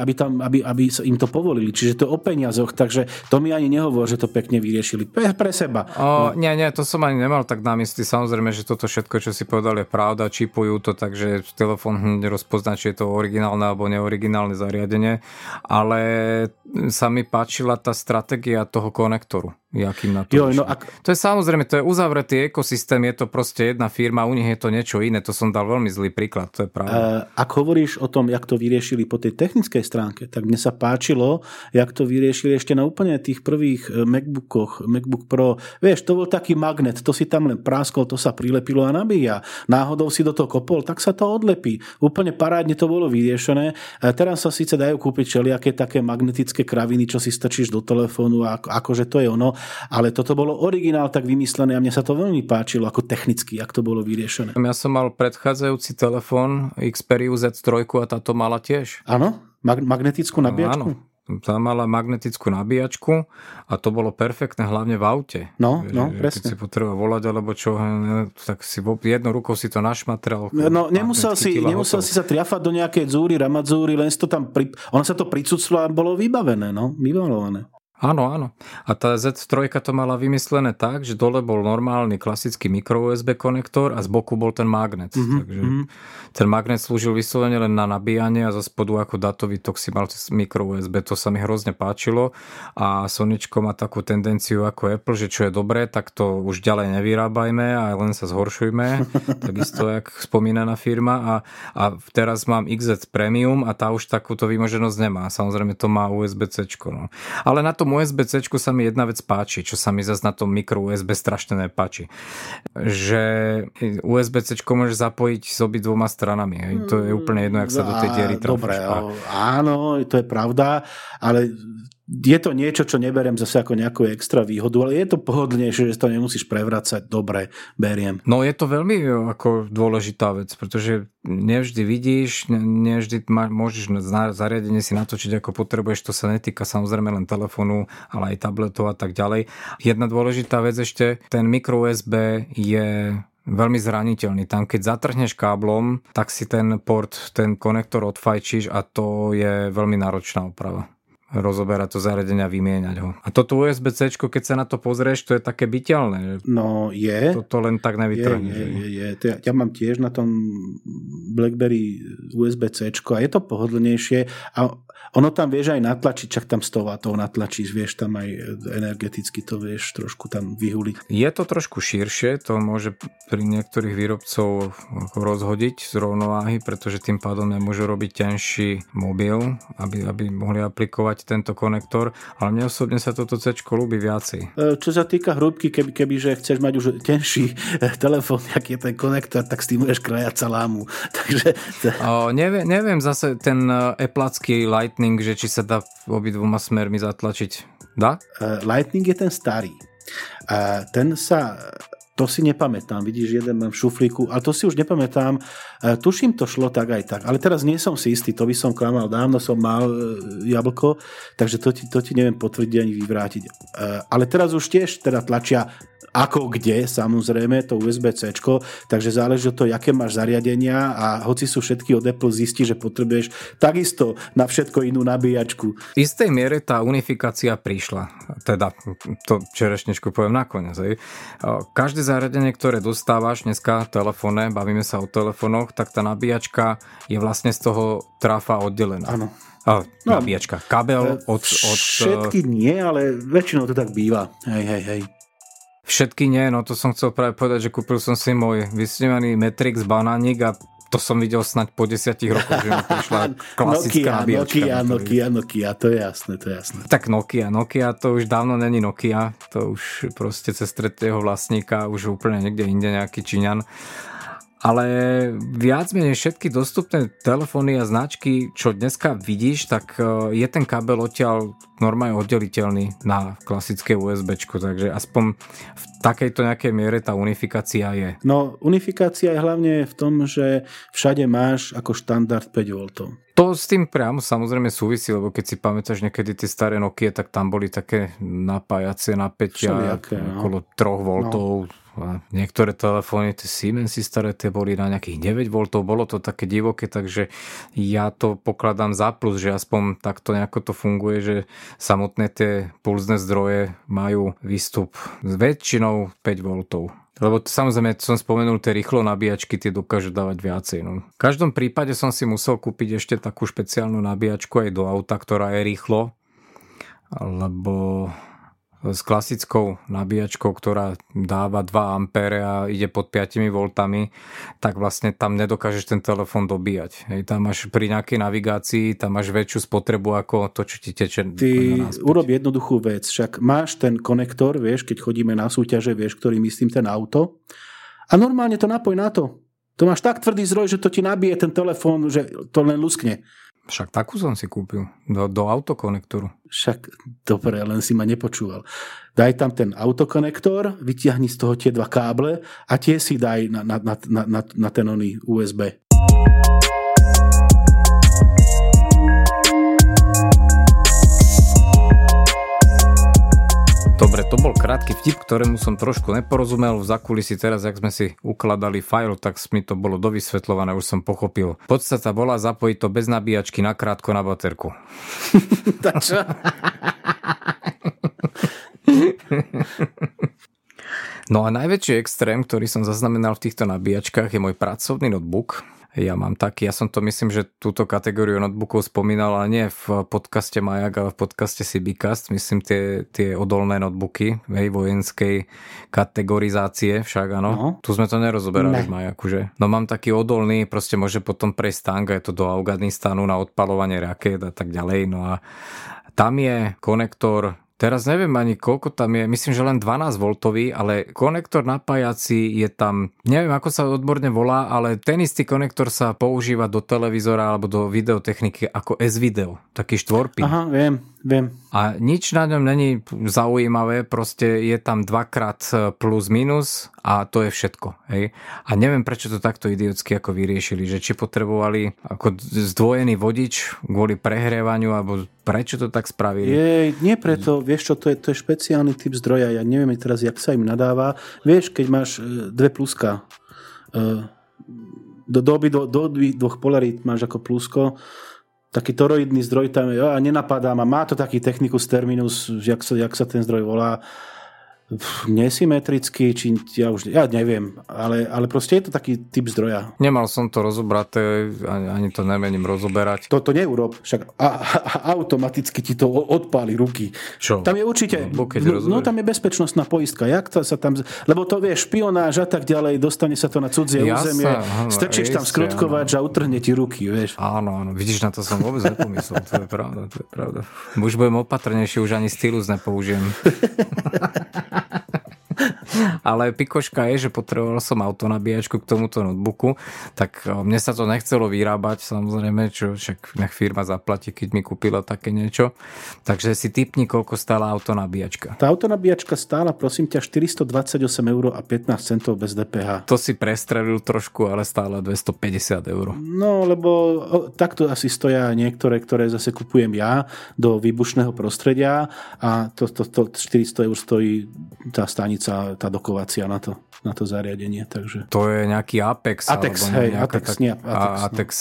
[SPEAKER 1] im to povolili. Čiže to o peniazoch, takže to mi ani nehovor, že to pekne vyriešili. Pre seba.
[SPEAKER 2] Nie, to som ani nemal tak na mysli. Samozrejme, že toto všetko, čo si povedal, je pravda. Čipujú to, takže telefón nerozpozná, či je to originálne alebo neoriginálne zariadenie. Ale sa mi páčila tá stratégia toho konektoru. Jakým na to To je samozrejme, to je uzavretý ekosystém, je to proste jedna firma, u nich je to niečo iné, to som dal veľmi zlý príklad, to je pravda.
[SPEAKER 1] Ak hovoríš o tom, jak to vyriešili po tej technickej stránke, tak mne sa páčilo, jak to vyriešili ešte na úplne tých prvých MacBookoch, MacBook Pro. Vieš, to bol taký magnet, to si tam len práskol, to sa prilepilo a nabíja. Náhodou si do toho kopol, tak sa to odlepí. Úplne parádne to bolo vyriešené. Teraz sa síce dajú kúpiť všelijaké také magnetické kraviny, čo si strčíš do telefónu, akože to je ono. Ale toto bolo originál tak vymyslené a mne sa to veľmi páčilo ako technicky, ako to bolo vyriešené.
[SPEAKER 2] Ja som mal predchádzajúci telefón Xperia Z3 a táto mala tiež.
[SPEAKER 1] Áno? Magnetickú nabíjačku?
[SPEAKER 2] Áno. Tá mala magnetickú nabíjačku a to bolo perfektné, hlavne v aute.
[SPEAKER 1] No, presne.
[SPEAKER 2] Keď si potreboval volať, alebo čo, tak si jednou rukou si to našmatral.
[SPEAKER 1] No, nemusel si sa triafať do nejakej dzúry, ramadzúry, len si to tam ono sa to pricuclo a bolo vybavené, vybalované.
[SPEAKER 2] Áno. A tá Z3 to mala vymyslené tak, že dole bol normálny klasický micro-USB konektor a z boku bol ten magnet. Takže ten magnet slúžil vyslovene len na nabíjanie a zo spodu ako datový tok si mal micro-USB. To sa mi hrozne páčilo a Sonyčko má takú tendenciu ako Apple, že čo je dobré, tak to už ďalej nevyrábajme a len sa zhoršujme. Takisto, jak spomínaná firma. A teraz mám XZ Premium a tá už takúto výmoženosť nemá. Samozrejme to má USB-C. No. Ale na tom USB-C sa mi jedna vec páči, čo sa mi zase na tom mikro USB strašne nepáči. Že USB-C môžeš zapojiť s obidvoma stranami. To je úplne jedno, jak sa do tej diery trafíš.
[SPEAKER 1] Dobre, áno, to je pravda, ale je to niečo, čo neberiem zase ako nejakú extra výhodu, ale je to pohodlnejšie, že to nemusíš prevracať. Dobre, beriem.
[SPEAKER 2] No je to veľmi ako dôležitá vec, pretože nevždy vidíš, nevždy môžeš zariadenie si natočiť, ako potrebuješ, to sa netýka samozrejme len telefónu, ale aj tabletov a tak ďalej. Jedna dôležitá vec ešte, ten micro USB je veľmi zraniteľný. Tam keď zatrhneš káblom, tak si ten port, ten konektor odfajčíš a to je veľmi náročná oprava. Rozoberať to zariadenia, vymieňať ho. A toto USB-C, keď sa na to pozrieš, to je také byteľné.
[SPEAKER 1] No je.
[SPEAKER 2] Toto len tak nevytrhneš.
[SPEAKER 1] Je. Ja mám tiež na tom BlackBerry USB-C a je to pohodlnejšie a ono tam vieš aj natlačiť, čak tam 100 W natlačíš, vieš tam aj energeticky to vieš trošku tam vyhuliť.
[SPEAKER 2] Je to trošku širšie, to môže pri niektorých výrobcov rozhodiť z rovnováhy, pretože tým pádom nemôžu robiť tenší mobil, aby mohli aplikovať tento konektor, ale mne osobne sa toto C-čko ľúbi viacej.
[SPEAKER 1] Čo sa týka hrúbky, kebyže chceš mať už tenší telefón, aký je ten konektor, tak s tým budeš krajať salámu. Takže...
[SPEAKER 2] Neviem zase ten Appleacký Lightning, že či sa dá obidvoma smermi zatlačiť. Dá?
[SPEAKER 1] Lightning je ten starý. To si nepamätám, vidíš, jeden mám v šuflíku, ale to si už nepamätám. Tuším, to šlo tak aj tak, ale teraz nie som si istý, to by som klamal, dávno som mal jablko, takže to ti neviem potvrdiť ani vyvrátiť. Ale teraz už tiež teda tlačia ako kde, samozrejme, to USB-C, takže záleží od toho, aké máš zariadenia a hoci sú všetky od Apple, zistí, že potrebuješ takisto na všetko inú nabíjačku.
[SPEAKER 2] V istej miere tá unifikácia prišla. Teda to čerešničku poviem nakoniec. Každé každé zariadenie, ktoré dostávaš dneska telefónne, bavíme sa o telefónoch, tak tá nabíjačka je vlastne z toho trafa oddelená.
[SPEAKER 1] Áno.
[SPEAKER 2] Nabíjačka. Kabel od...
[SPEAKER 1] Všetky nie, ale väčšinou to tak býva. Hej.
[SPEAKER 2] Všetky nie, no to som chcel práve povedať, že kúpil som si môj vysnívaný Matrix banánik a to som videl snáď po 10 rokoch, že mi prišla klasická nabíjačka.
[SPEAKER 1] Nokia, to je jasné.
[SPEAKER 2] Tak Nokia to už dávno není Nokia, to už proste cez tretieho vlastníka, už úplne niekde inde nejaký Číňan. Ale viac menej všetky dostupné telefóny a značky, čo dneska vidíš, tak je ten kábel odtiaľ normálne oddeliteľný na klasické USBčko, takže aspoň v takejto nejakej miere tá unifikácia je.
[SPEAKER 1] No, unifikácia je hlavne v tom, že všade máš ako štandard 5 V.
[SPEAKER 2] To s tým priamo samozrejme súvisí, lebo keď si pamätáš niekedy tie staré Nokie, tak tam boli také napájacie napätia okolo 3 V. A niektoré telefóny, tie Siemensy staré, tie boli na nejakých 9 V, bolo to také divoké, takže ja to pokladám za plus, že aspoň takto nejako to funguje, že samotné tie pulzné zdroje majú výstup s väčšinou 5 V. Lebo samozrejme, som spomenul, tie rýchlo nabíjačky, tie dokážu dávať viacej. No. V každom prípade som si musel kúpiť ešte takú špeciálnu nabíjačku aj do auta, ktorá je rýchlo, lebo s klasickou nabíjačkou, ktorá dáva 2 A a ide pod 5 V, tak vlastne tam nedokážeš ten telefón dobíjať. Hej, tam máš pri nejakej navigácii, tam máš väčšiu spotrebu ako to, čo ti teče.
[SPEAKER 1] Ty urob jednoduchú vec, však máš ten konektor, vieš, keď chodíme na súťaže, vieš, ktorý myslím ten auto, a normálne to napoj na to. To máš tak tvrdý zdroj, že to ti nabije ten telefón, že to len luskne.
[SPEAKER 2] Však takú som si kúpil. Do autokonektoru.
[SPEAKER 1] Však, dobre, len si ma nepočúval. Daj tam ten autokonektor, vytiahni z toho tie 2 káble a tie si daj na ten oný USB.
[SPEAKER 2] Dobre, to bol krátky vtip, ktorému som trošku neporozumel. V zákulisí teraz, jak sme si ukladali file, tak mi to bolo dovysvetľované, už som pochopil. Podstata bola zapojiť to bez nabíjačky nakrátko na baterku.
[SPEAKER 1] Čo?
[SPEAKER 2] No a najväčší extrém, ktorý som zaznamenal v týchto nabíjačkách, je môj pracovný notebook. Ja mám taký, ja som to myslím, že túto kategóriu notebookov spomínal, ale nie v podcaste Majak, ale v podcaste CBcast, myslím tie odolné notebooky, vojenskej kategorizácie, však áno. Uh-huh. Tu sme to nerozoberali v Majaku, že? No mám taký odolný, proste môže potom prejsť tank, je to do Afganistanu na odpalovanie raket a tak ďalej, no a tam je konektor. Teraz neviem ani koľko tam je, myslím, že len 12 V, ale konektor napájací je tam, neviem ako sa odborne volá, ale ten istý konektor sa používa do televízora alebo do videotechniky ako S-Video, taký štvorpin.
[SPEAKER 1] Aha, viem.
[SPEAKER 2] A nič na ňom není zaujímavé, proste je tam 2x plus minus a to je všetko. Hej? A neviem, prečo to takto idiotsky ako vyriešili, že či potrebovali ako zdvojený vodič kvôli prehrievaniu, alebo prečo to tak spravili?
[SPEAKER 1] Nie preto, vieš čo, to je špeciálny typ zdroja, ja neviem teraz, jak sa im nadáva. Vieš, keď máš 2 pluska, do dvoch polarít máš ako plusko, taký toroidný zdroj tam je, a nenapadá ma, má to taký technicus terminus, jak sa ten zdroj volá, nesymetrický, či ja neviem, ale proste je to taký typ zdroja.
[SPEAKER 2] Nemal som to rozobraté, ani to nemením rozoberať.
[SPEAKER 1] To neurob, však automaticky ti to odpáli ruky.
[SPEAKER 2] Čo?
[SPEAKER 1] Tam je určite, no tam je bezpečnostná poistka, jak to sa tam, lebo to vieš, špionáž a tak ďalej, dostane sa to na cudzie územie, strčíš tam skrutkovač a utrhne ti ruky, vieš.
[SPEAKER 2] Áno, vidíš, na to som vôbec nepomyslel, to je pravda. Už budem opatrnejší, už ani stylus nepoužijem. Ale pikoška je, že potreboval som autonabíjačku k tomuto notebooku, tak mne sa to nechcelo vyrábať, samozrejme, čo však nech firma zaplatí, keď mi kúpila také niečo. Takže si tipni, koľko stála autonabíjačka.
[SPEAKER 1] Tá autonabíjačka stála, prosím ťa, 428,15 € bez DPH.
[SPEAKER 2] To si prestrelil trošku, ale stála 250 €.
[SPEAKER 1] No, lebo takto asi stoja niektoré, ktoré zase kupujem ja do výbušného prostredia a to 400 € stojí tá stanica, tá dokovacia na to zariadenie. Takže.
[SPEAKER 2] To je nejaký Apex.
[SPEAKER 1] Atex, hej, Atex.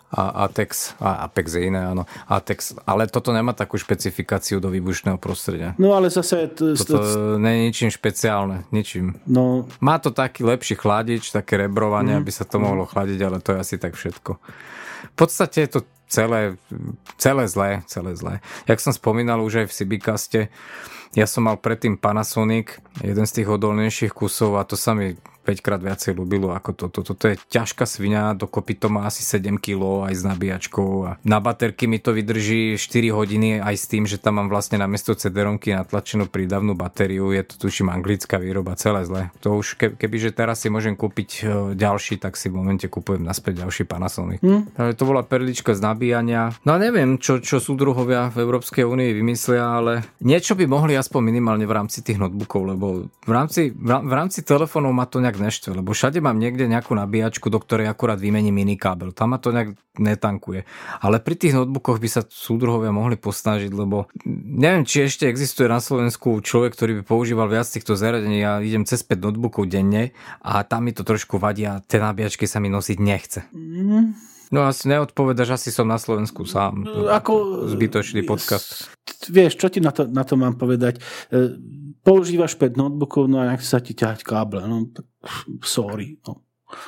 [SPEAKER 2] A Apex je iné, áno. Atex, ale toto nemá takú špecifikáciu do výbušného prostredia.
[SPEAKER 1] No ale zase...
[SPEAKER 2] Toto nie je ničím špeciálne, ničím.
[SPEAKER 1] No.
[SPEAKER 2] Má to taký lepší chladič, také rebrovanie, aby sa to mohlo chladiť, ale to je asi tak všetko. V podstate je to celé zlé. Jak som spomínal už aj v Sibicaste, ja som mal predtým Panasonic, jeden z tých odolnejších kusov a to sa mi 5-krát viacej ľúbilo ako toto. Toto je ťažká sviňa, dokopy to má asi 7 kg aj s nabíjačkou a na baterky mi to vydrží 4 hodiny aj s tým, že tam mám vlastne namiesto CD-romky natlačenú prídavnú batériu, je to tuším anglická výroba, celé zle. To už kebyže teraz si môžem kúpiť ďalší, tak si v momente kúpujem naspäť ďalší Panasonic. To bola perlička z nabíjania. No neviem, čo súdruhovia v Európskej únii vymyslia, ale niečo by mohli aspoň minimálne v rámci tých notebookov, lebo v rámci telefónov ma to nejak neštve, lebo všade mám niekde nejakú nabíjačku, do ktorej akurát vymením iný kábel. Tam ma to nejak netankuje. Ale pri tých notebookoch by sa súdruhovia mohli posnažiť, lebo neviem, či ešte existuje na Slovensku človek, ktorý by používal viac týchto zariadení. Ja idem cez 5 notebookov denne a tam mi to trošku vadí a tie nabíjačky sa mi nosiť nechce. No asi neodpovedaš, asi som na Slovensku sám. Ako zbytočný podcast.
[SPEAKER 1] Vieš, čo ti na to mám povedať? Používaš 5 notebookov, no a nech sa ti ťahať káble. No, sorry. No.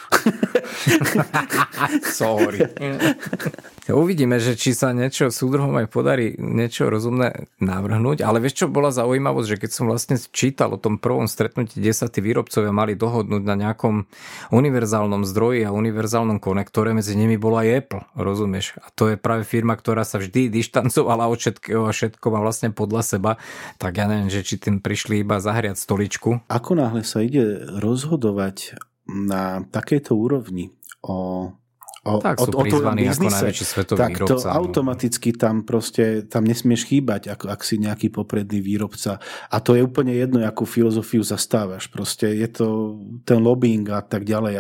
[SPEAKER 2] Sorry. Uvidíme, že či sa niečo súdruhom aj podarí niečo rozumné navrhnúť, ale vieš čo bola zaujímavosť, že keď som vlastne čítal o tom prvom stretnutí, kde sa tí výrobcovia mali dohodnúť na nejakom univerzálnom zdroji a univerzálnom konektore, medzi nimi bola aj Apple, rozumieš? A to je práve firma, ktorá sa vždy dištancovala od všetkého a všetko má vlastne podľa seba, tak ja neviem, že či tým prišli iba zahriať stoličku.
[SPEAKER 1] Ako náhle sa ide rozhodovať na takejto úrovni o
[SPEAKER 2] tak sú prizvaní ako najväčší svetový
[SPEAKER 1] tak
[SPEAKER 2] výrobca.
[SPEAKER 1] Tak to automaticky tam nesmieš chýbať, ak si nejaký popredný výrobca. A to je úplne jedno, akú filozofiu zastávaš. Proste je to ten lobbying a tak ďalej,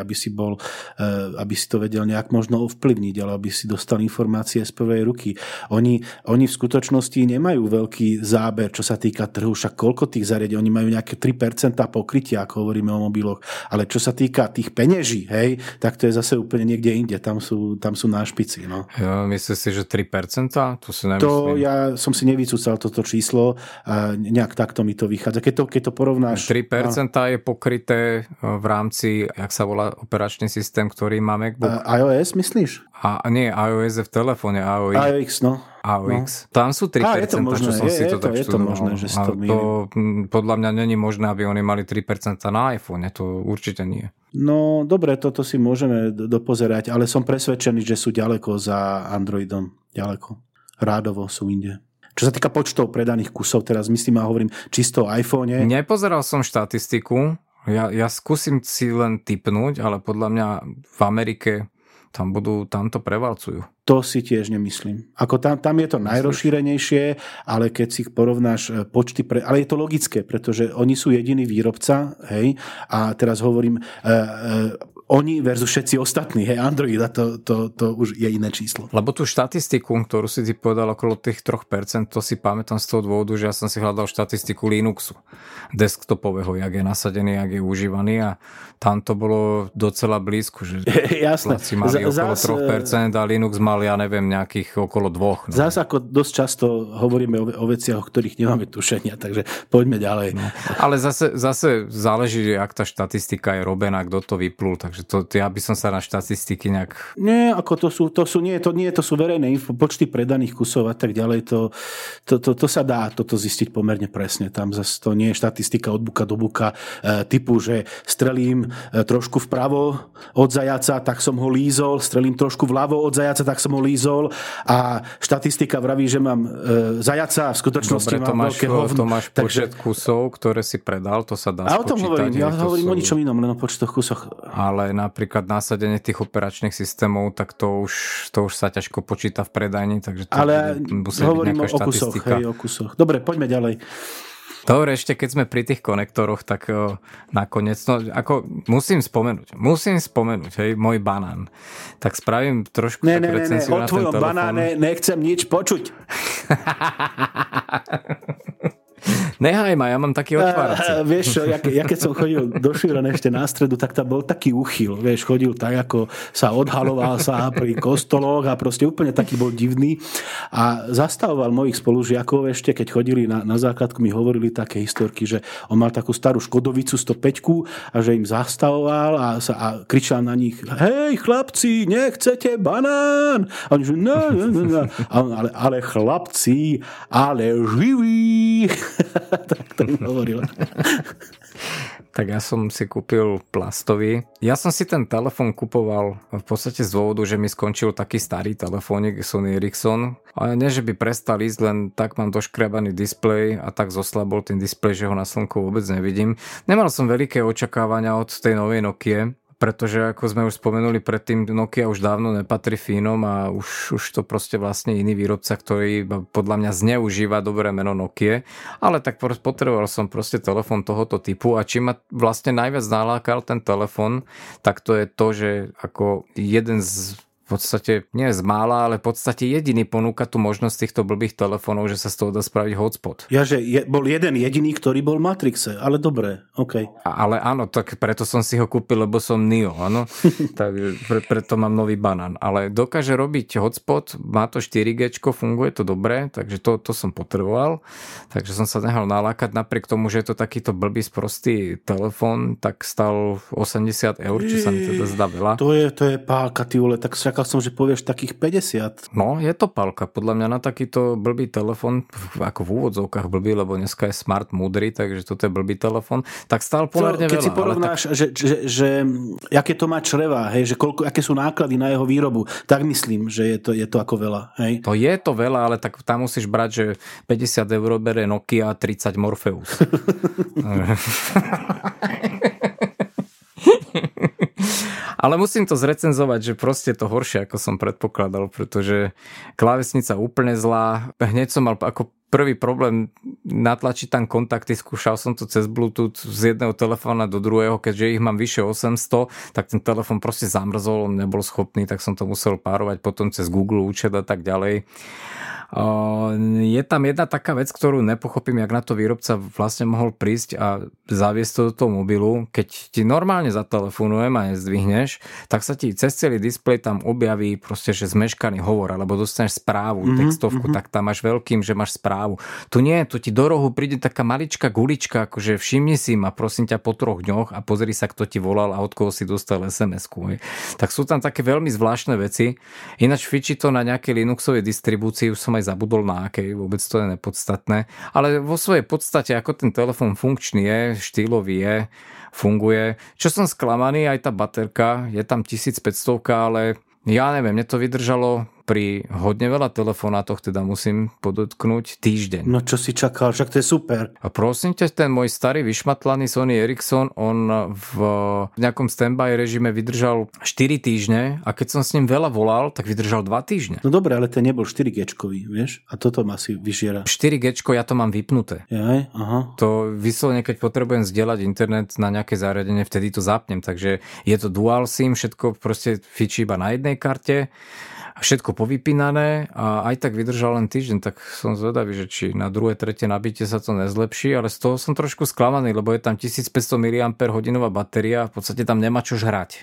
[SPEAKER 1] aby si to vedel nejak možno ovplyvniť, ale aby si dostal informácie z prvej ruky. Oni v skutočnosti nemajú veľký záber, čo sa týka trhu, však koľko tých zariadení, oni majú nejaké 3% pokrytia, ako hovoríme o mobiloch, ale čo sa týka tých peňaží, hej, tak to je zase úplne niekde inde. Tam sú na špici. No.
[SPEAKER 2] Ja, myslíš si, že 3%? To si nemyslím.
[SPEAKER 1] To ja som si nevycúcal toto číslo a nejak takto mi to vychádza. Keď to porovnáš...
[SPEAKER 2] 3% je pokryté v rámci, jak sa volá operačný systém, ktorý má MacBook.
[SPEAKER 1] iOS myslíš?
[SPEAKER 2] Nie, iOS je v telefóne.
[SPEAKER 1] iOX, no.
[SPEAKER 2] AOX. Tam sú 3%,
[SPEAKER 1] je to možné,
[SPEAKER 2] čo som si to tak
[SPEAKER 1] študoval. Je to možné, že si to
[SPEAKER 2] mýlim. To podľa mňa není možné, aby oni mali 3% na iPhone. To určite nie.
[SPEAKER 1] No, dobre, toto si môžeme dopozerať, ale som presvedčený, že sú ďaleko za Androidom. Ďaleko. Rádovo sú inde. Čo sa týka počtov predaných kusov, teraz myslím a hovorím čisto o iPhone.
[SPEAKER 2] Nepozeral som štatistiku. Ja skúsim si len tipnúť, ale podľa mňa v Amerike tam to prevalcujú.
[SPEAKER 1] To si tiež nemyslím. Ako tam je to najrozšírenejšie, ale keď si porovnáš počty... Ale je to logické, pretože oni sú jediný výrobca, hej, a teraz hovorím... oni versus všetci ostatní, hej, Android, a to už je iné číslo.
[SPEAKER 2] Lebo tú štatistiku, ktorú si ty povedal okolo tých 3%, to si pamätám z toho dôvodu, že ja som si hľadal štatistiku Linuxu, desktopového, jak je nasadený, jak je užívaný a tam to bolo docela blízko, že Slováci mali okolo 3% a Linux mal, ja neviem, nejakých okolo 2%. No.
[SPEAKER 1] Zás ako dosť často hovoríme o veciach, o ktorých nemáme tušenia, takže poďme ďalej.
[SPEAKER 2] No. Ale zase záleží, ak tá štatistika je robená, kto to vyplul, takže ja by som sa na štatistiky nejak...
[SPEAKER 1] Nie, ako to sú verejné info, počty predaných kusov a tak ďalej, to sa dá toto zistiť pomerne presne. Tam zase to nie je štatistika od buka do buka typu, že strelím trošku vpravo od zajaca, tak som ho lízol, strelím trošku vľavo od zajaca, tak som ho lízol a štatistika vraví, že mám zajaca a v skutočnosti mám veľké hovno.
[SPEAKER 2] To máš počet kusov, ktoré si predal, to sa dá spočítať.
[SPEAKER 1] A o tom hovorím, ja hovorím o ničom inom, len o počtoch kusoch.
[SPEAKER 2] Ale napríklad nasadenie tých operačných systémov, tak to už sa ťažko počíta v predajni, takže to musí byť nejaká štatistika.
[SPEAKER 1] O kusoch. Dobre, poďme ďalej.
[SPEAKER 2] Dobre, ešte keď sme pri tých konektoroch, tak nakoniec, musím spomenúť, hej, môj banán. Tak spravím trošku takú recenziu na ten telefón.
[SPEAKER 1] O tvojom banáne nechcem nič počuť.
[SPEAKER 2] Nehaj ma, ja mám taký otvárací.
[SPEAKER 1] Vieš čo, ja keď som chodil do Šírana ešte na stredu, tak tam bol taký uchyl. Vieš, chodil tak, ako sa odhaloval sa pri kostoloch a proste úplne taký bol divný. A zastavoval mojich spolužiakov ešte, keď chodili na základku, mi hovorili také historky, že on mal takú starú Škodovicu 105 a že im zastavoval a kričal na nich: hej chlapci, nechcete banán? A oni že no. Ale chlapci, ale živí. Tak to im hovoril.
[SPEAKER 2] Tak ja som si kúpil plastový. Ja som si ten telefon kupoval v podstate z dôvodu, že mi skončil taký starý telefónik Sony Ericsson. A nie, že by prestal ísť, len tak mám doškriabaný displej a tak zoslabol ten displej, že ho na slnku vôbec nevidím. Nemal som veľké očakávania od tej novej Nokie, pretože ako sme už spomenuli predtým, Nokia už dávno nepatrí Fínom a už to proste vlastne iný výrobca, ktorý podľa mňa zneužíva dobré meno Nokia, ale tak potreboval som proste telefon tohoto typu a čím ma vlastne najviac nalákal ten telefon, tak to je to, že ako jeden z v podstate nie z mála, ale v podstate jediný ponúka tú možnosť týchto blbých telefónov, že sa z toho dá spraviť hotspot.
[SPEAKER 1] Ja, že bol jeden jediný, ktorý bol v Matrixe, ale dobre, OK.
[SPEAKER 2] Ale áno, tak preto som si ho kúpil, lebo som Neo, áno. Tak preto mám nový banán. Ale dokáže robiť hotspot, má to 4G, funguje to dobre, takže to som potreboval. Takže som sa nehal nalákať, napriek tomu, že je to takýto blbý sprostý telefón, tak stal 80 eur, čo sa mi teda zdá veľa.
[SPEAKER 1] To je pálka, ty vole, tak čakal som, že povieš takých 50.
[SPEAKER 2] No, je to pálka. Podľa mňa na takýto blbý telefon, ako v úvodzovkách blbý, lebo dneska je smart múdry, takže toto je blbý telefon, tak stál pomerne veľa.
[SPEAKER 1] Keď si porovnáš, že aké to má čreva, hej, že aké sú náklady na jeho výrobu, tak myslím, že je to ako veľa. Hej.
[SPEAKER 2] To je to veľa, ale tak tam musíš brať, že 50 eur bere Nokia a 30 Morpheus. Ale musím to zrecenzovať, že proste to horšie, ako som predpokladal, pretože klávesnica úplne zlá. Hneď som mal ako prvý problém natlačiť tam kontakty, skúšal som to cez Bluetooth z jedného telefóna do druhého, keďže ich mám vyše 800, tak ten telefon proste zamrzol, on nebol schopný, tak som to musel párovať potom cez Google účet a tak ďalej. Je tam jedna taká vec, ktorú nepochopím, jak na to výrobca vlastne mohol prísť a zaviesť to do toho mobilu. Keď ti normálne zatelefonujem a nezdvihneš, tak sa ti cez celý displej tam objaví proste, že zmeškaný hovor, alebo dostaneš správu, textovku, tak tam máš veľkým, že máš správu. Tu nie, tu ti do rohu príde taká maličká gulička, akože všimni si ma, prosím ťa, po 3 dňoch a pozri sa, kto ti volal a od koho si dostal SMS-ku. Tak sú tam také veľmi zvláštne veci. Ináč fičí to na nejakej Linuxovej distribúcii, už som aj zabudol na akej, vôbec to je nepodstatné. Ale vo svojej podstate, ako ten telefon funkčný je, štýlový je, funguje. Čo som sklamaný, aj tá baterka, je tam 1500, ale ja neviem, mne to vydržalo pri hodne veľa telefonátoch, teda musím podotknúť, týždeň.
[SPEAKER 1] No čo si čakal, však to je super.
[SPEAKER 2] A prosím ťa, ten môj starý vyšmatlaný Sony Ericsson, on v nejakom standby režime vydržal 4 týždne a keď som s ním veľa volal, tak vydržal 2 týždne.
[SPEAKER 1] No dobre, ale ten nebol 4G-čkový, vieš? A toto ma si vyžiera.
[SPEAKER 2] 4G, ja to mám vypnuté.
[SPEAKER 1] Jaj, aha.
[SPEAKER 2] To vyslovene, keď potrebujem zdieľať internet na nejaké zariadenie, vtedy to zapnem, takže je to dual SIM, všetko proste fičí iba na jednej karte. Všetko povypínané a aj tak vydržal len týždeň, tak som zvedavý, že či na 2/3 nabitie sa to nezlepší, ale z toho som trošku sklamaný, lebo je tam 1500 mAh batéria a v podstate tam nemá čo žrať.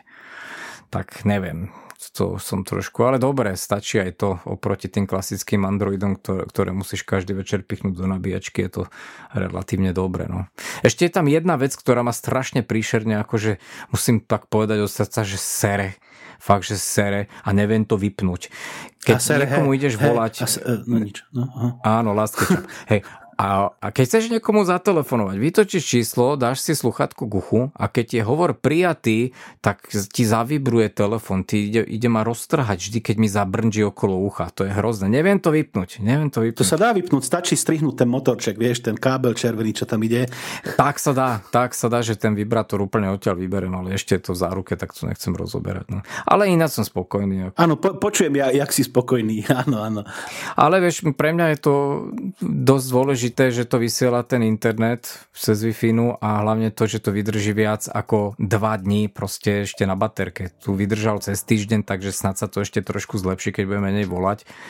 [SPEAKER 2] Tak neviem, to som trošku, ale dobre, stačí aj to oproti tým klasickým Androidom, ktoré musíš každý večer pichnúť do nabíjačky, je to relatívne dobre. No. Ešte je tam jedna vec, ktorá ma strašne príšerne, akože musím tak povedať od srdca, že sere. Fakt, že sere a neviem to vypnúť. Keď niekomu ideš volať...
[SPEAKER 1] No nič. No,
[SPEAKER 2] áno, last ketchup. Hej, a keď chceš niekomu zatelefonovať, vytočíš číslo, dáš si sluchátko k uchu a keď je hovor prijatý, tak ti zavibruje telefon, ide ma roztrhať vždy, keď mi zabrnčí okolo ucha. To je hrozné. Neviem to vypnúť.
[SPEAKER 1] To sa dá vypnúť, stačí strihnúť ten motorček, vieš, ten kábel červený, čo tam ide.
[SPEAKER 2] Tak sa dá, že ten vibrátor úplne odtiaľ vyberem, ale ešte je to v záruke, tak to nechcem rozoberať. No. Ale ináč som spokojný.
[SPEAKER 1] Áno, počujem jak si spokojný. Áno.
[SPEAKER 2] Ale vieš, pre mňa je to dosť dôležité, že to vysiela ten internet cez Wi-Fi a hlavne to, že to vydrží viac ako 2 dní proste ešte na baterke. Tu vydržal cez týždeň, takže snad sa to ešte trošku zlepší, keď budeme menej volať.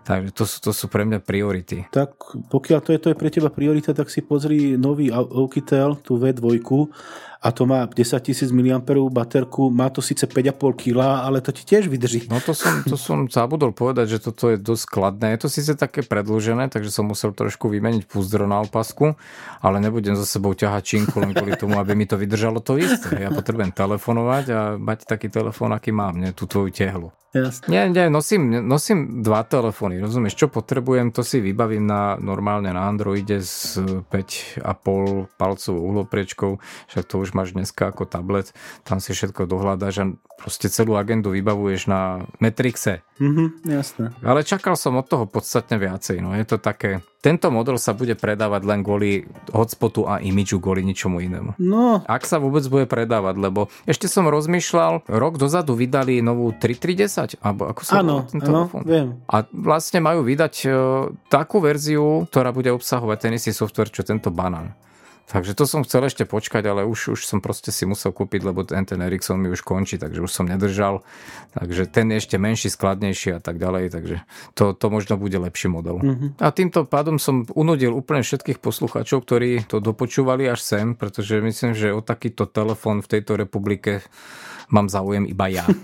[SPEAKER 2] Takže to sú pre mňa priority.
[SPEAKER 1] Tak pokiaľ to je pre teba priorita, tak si pozri nový Oukitel, tú V2, a to má 10 000 mAh baterku, má to síce 5,5 kg, ale to ti tiež vydrží.
[SPEAKER 2] No to som zabudol povedať, že toto je dosť skladné. Je to síce také predĺžené, takže som musel trošku vymeniť púzdro na opasku, ale nebudem za sebou ťahať činku len kvôli tomu, aby mi to vydržalo to isté. Ja potrebujem telefonovať a mať taký telefón, aký mám, tú tvoju tehlu.
[SPEAKER 1] Jasne.
[SPEAKER 2] Nie, nosím 2 telefóny, rozumieš, čo potrebujem, to si vybavím normálne na Androide s 5,5 palcovou uhlopriečkou, však to už máš dneska ako tablet, tam si všetko dohľadáš a proste celú agendu vybavuješ na Matrixe.
[SPEAKER 1] Jasné.
[SPEAKER 2] Ale čakal som od toho podstatne viacej, no je to také. Tento model sa bude predávať len kvôli hotspotu a imidžu, kvôli ničomu inému.
[SPEAKER 1] No.
[SPEAKER 2] Ak sa vôbec bude predávať, lebo ešte som rozmýšľal, rok dozadu vydali novú 3310, alebo ako sa volá ten telefón.
[SPEAKER 1] Viem.
[SPEAKER 2] A vlastne majú vydať takú verziu, ktorá bude obsahovať ten istý software, čo tento banán. Takže to som chcel ešte počkať, ale už som proste si musel kúpiť, lebo ten Ericsson mi už končí, takže už som nedržal. Takže ten je ešte menší, skladnejší a tak ďalej, takže to možno bude lepší model. A týmto pádom som unudil úplne všetkých poslucháčov, ktorí to dopočúvali až sem, pretože myslím, že o takýto telefón v tejto republike mám záujem iba ja.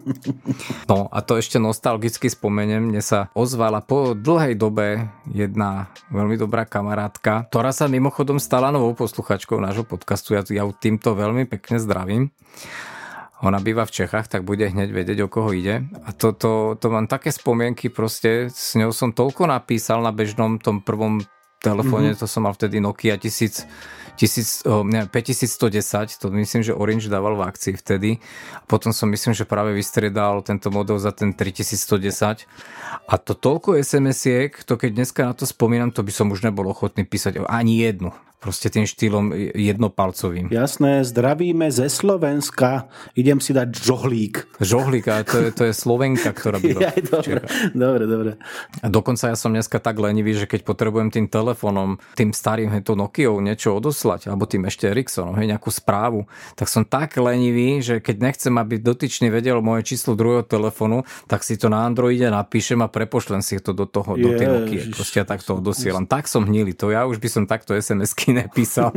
[SPEAKER 2] No a to ešte nostalgicky spomeniem, mne sa ozvala po dlhej dobe jedna veľmi dobrá kamarátka, ktorá sa mimochodom stala novou posluchačkou nášho podcastu, ja ju týmto veľmi pekne zdravím. Ona býva v Čechách, tak bude hneď vedieť, o koho ide. A to mám také spomienky, proste s ňou som toľko napísal na bežnom tom prvom telefóne, to som mal vtedy Nokia 5110, to myslím, že Orange dával v akcii vtedy. A potom som myslím, že práve vystriedal tento model za ten 3110. A to toľko SMS-iek, to keď dneska na to spomínam, to by som už nebol ochotný písať ani jednu. Proste tým štýlom jednopalcovým.
[SPEAKER 1] Jasné, zdravíme ze Slovenska. Idem si dať žohlík.
[SPEAKER 2] Žohlík, a to je Slovenka, ktorá býva v Čechách.
[SPEAKER 1] Dobre.
[SPEAKER 2] A dokonca ja som dneska tak lenivý, že keď potrebujem tým telefónom, tým starým to Nokiou niečo odoslať, alebo tým ešte Ericssonom, nejakú správu, tak som tak lenivý, že keď nechcem, aby dotyčný vedel moje číslo druhého telefónu, tak si to na Androide napíšem a prepošlem si to do tej Nokie. Proste ja takto odosielam. Tak som hnilý, to ja už by som takto SMS-ky nepísal.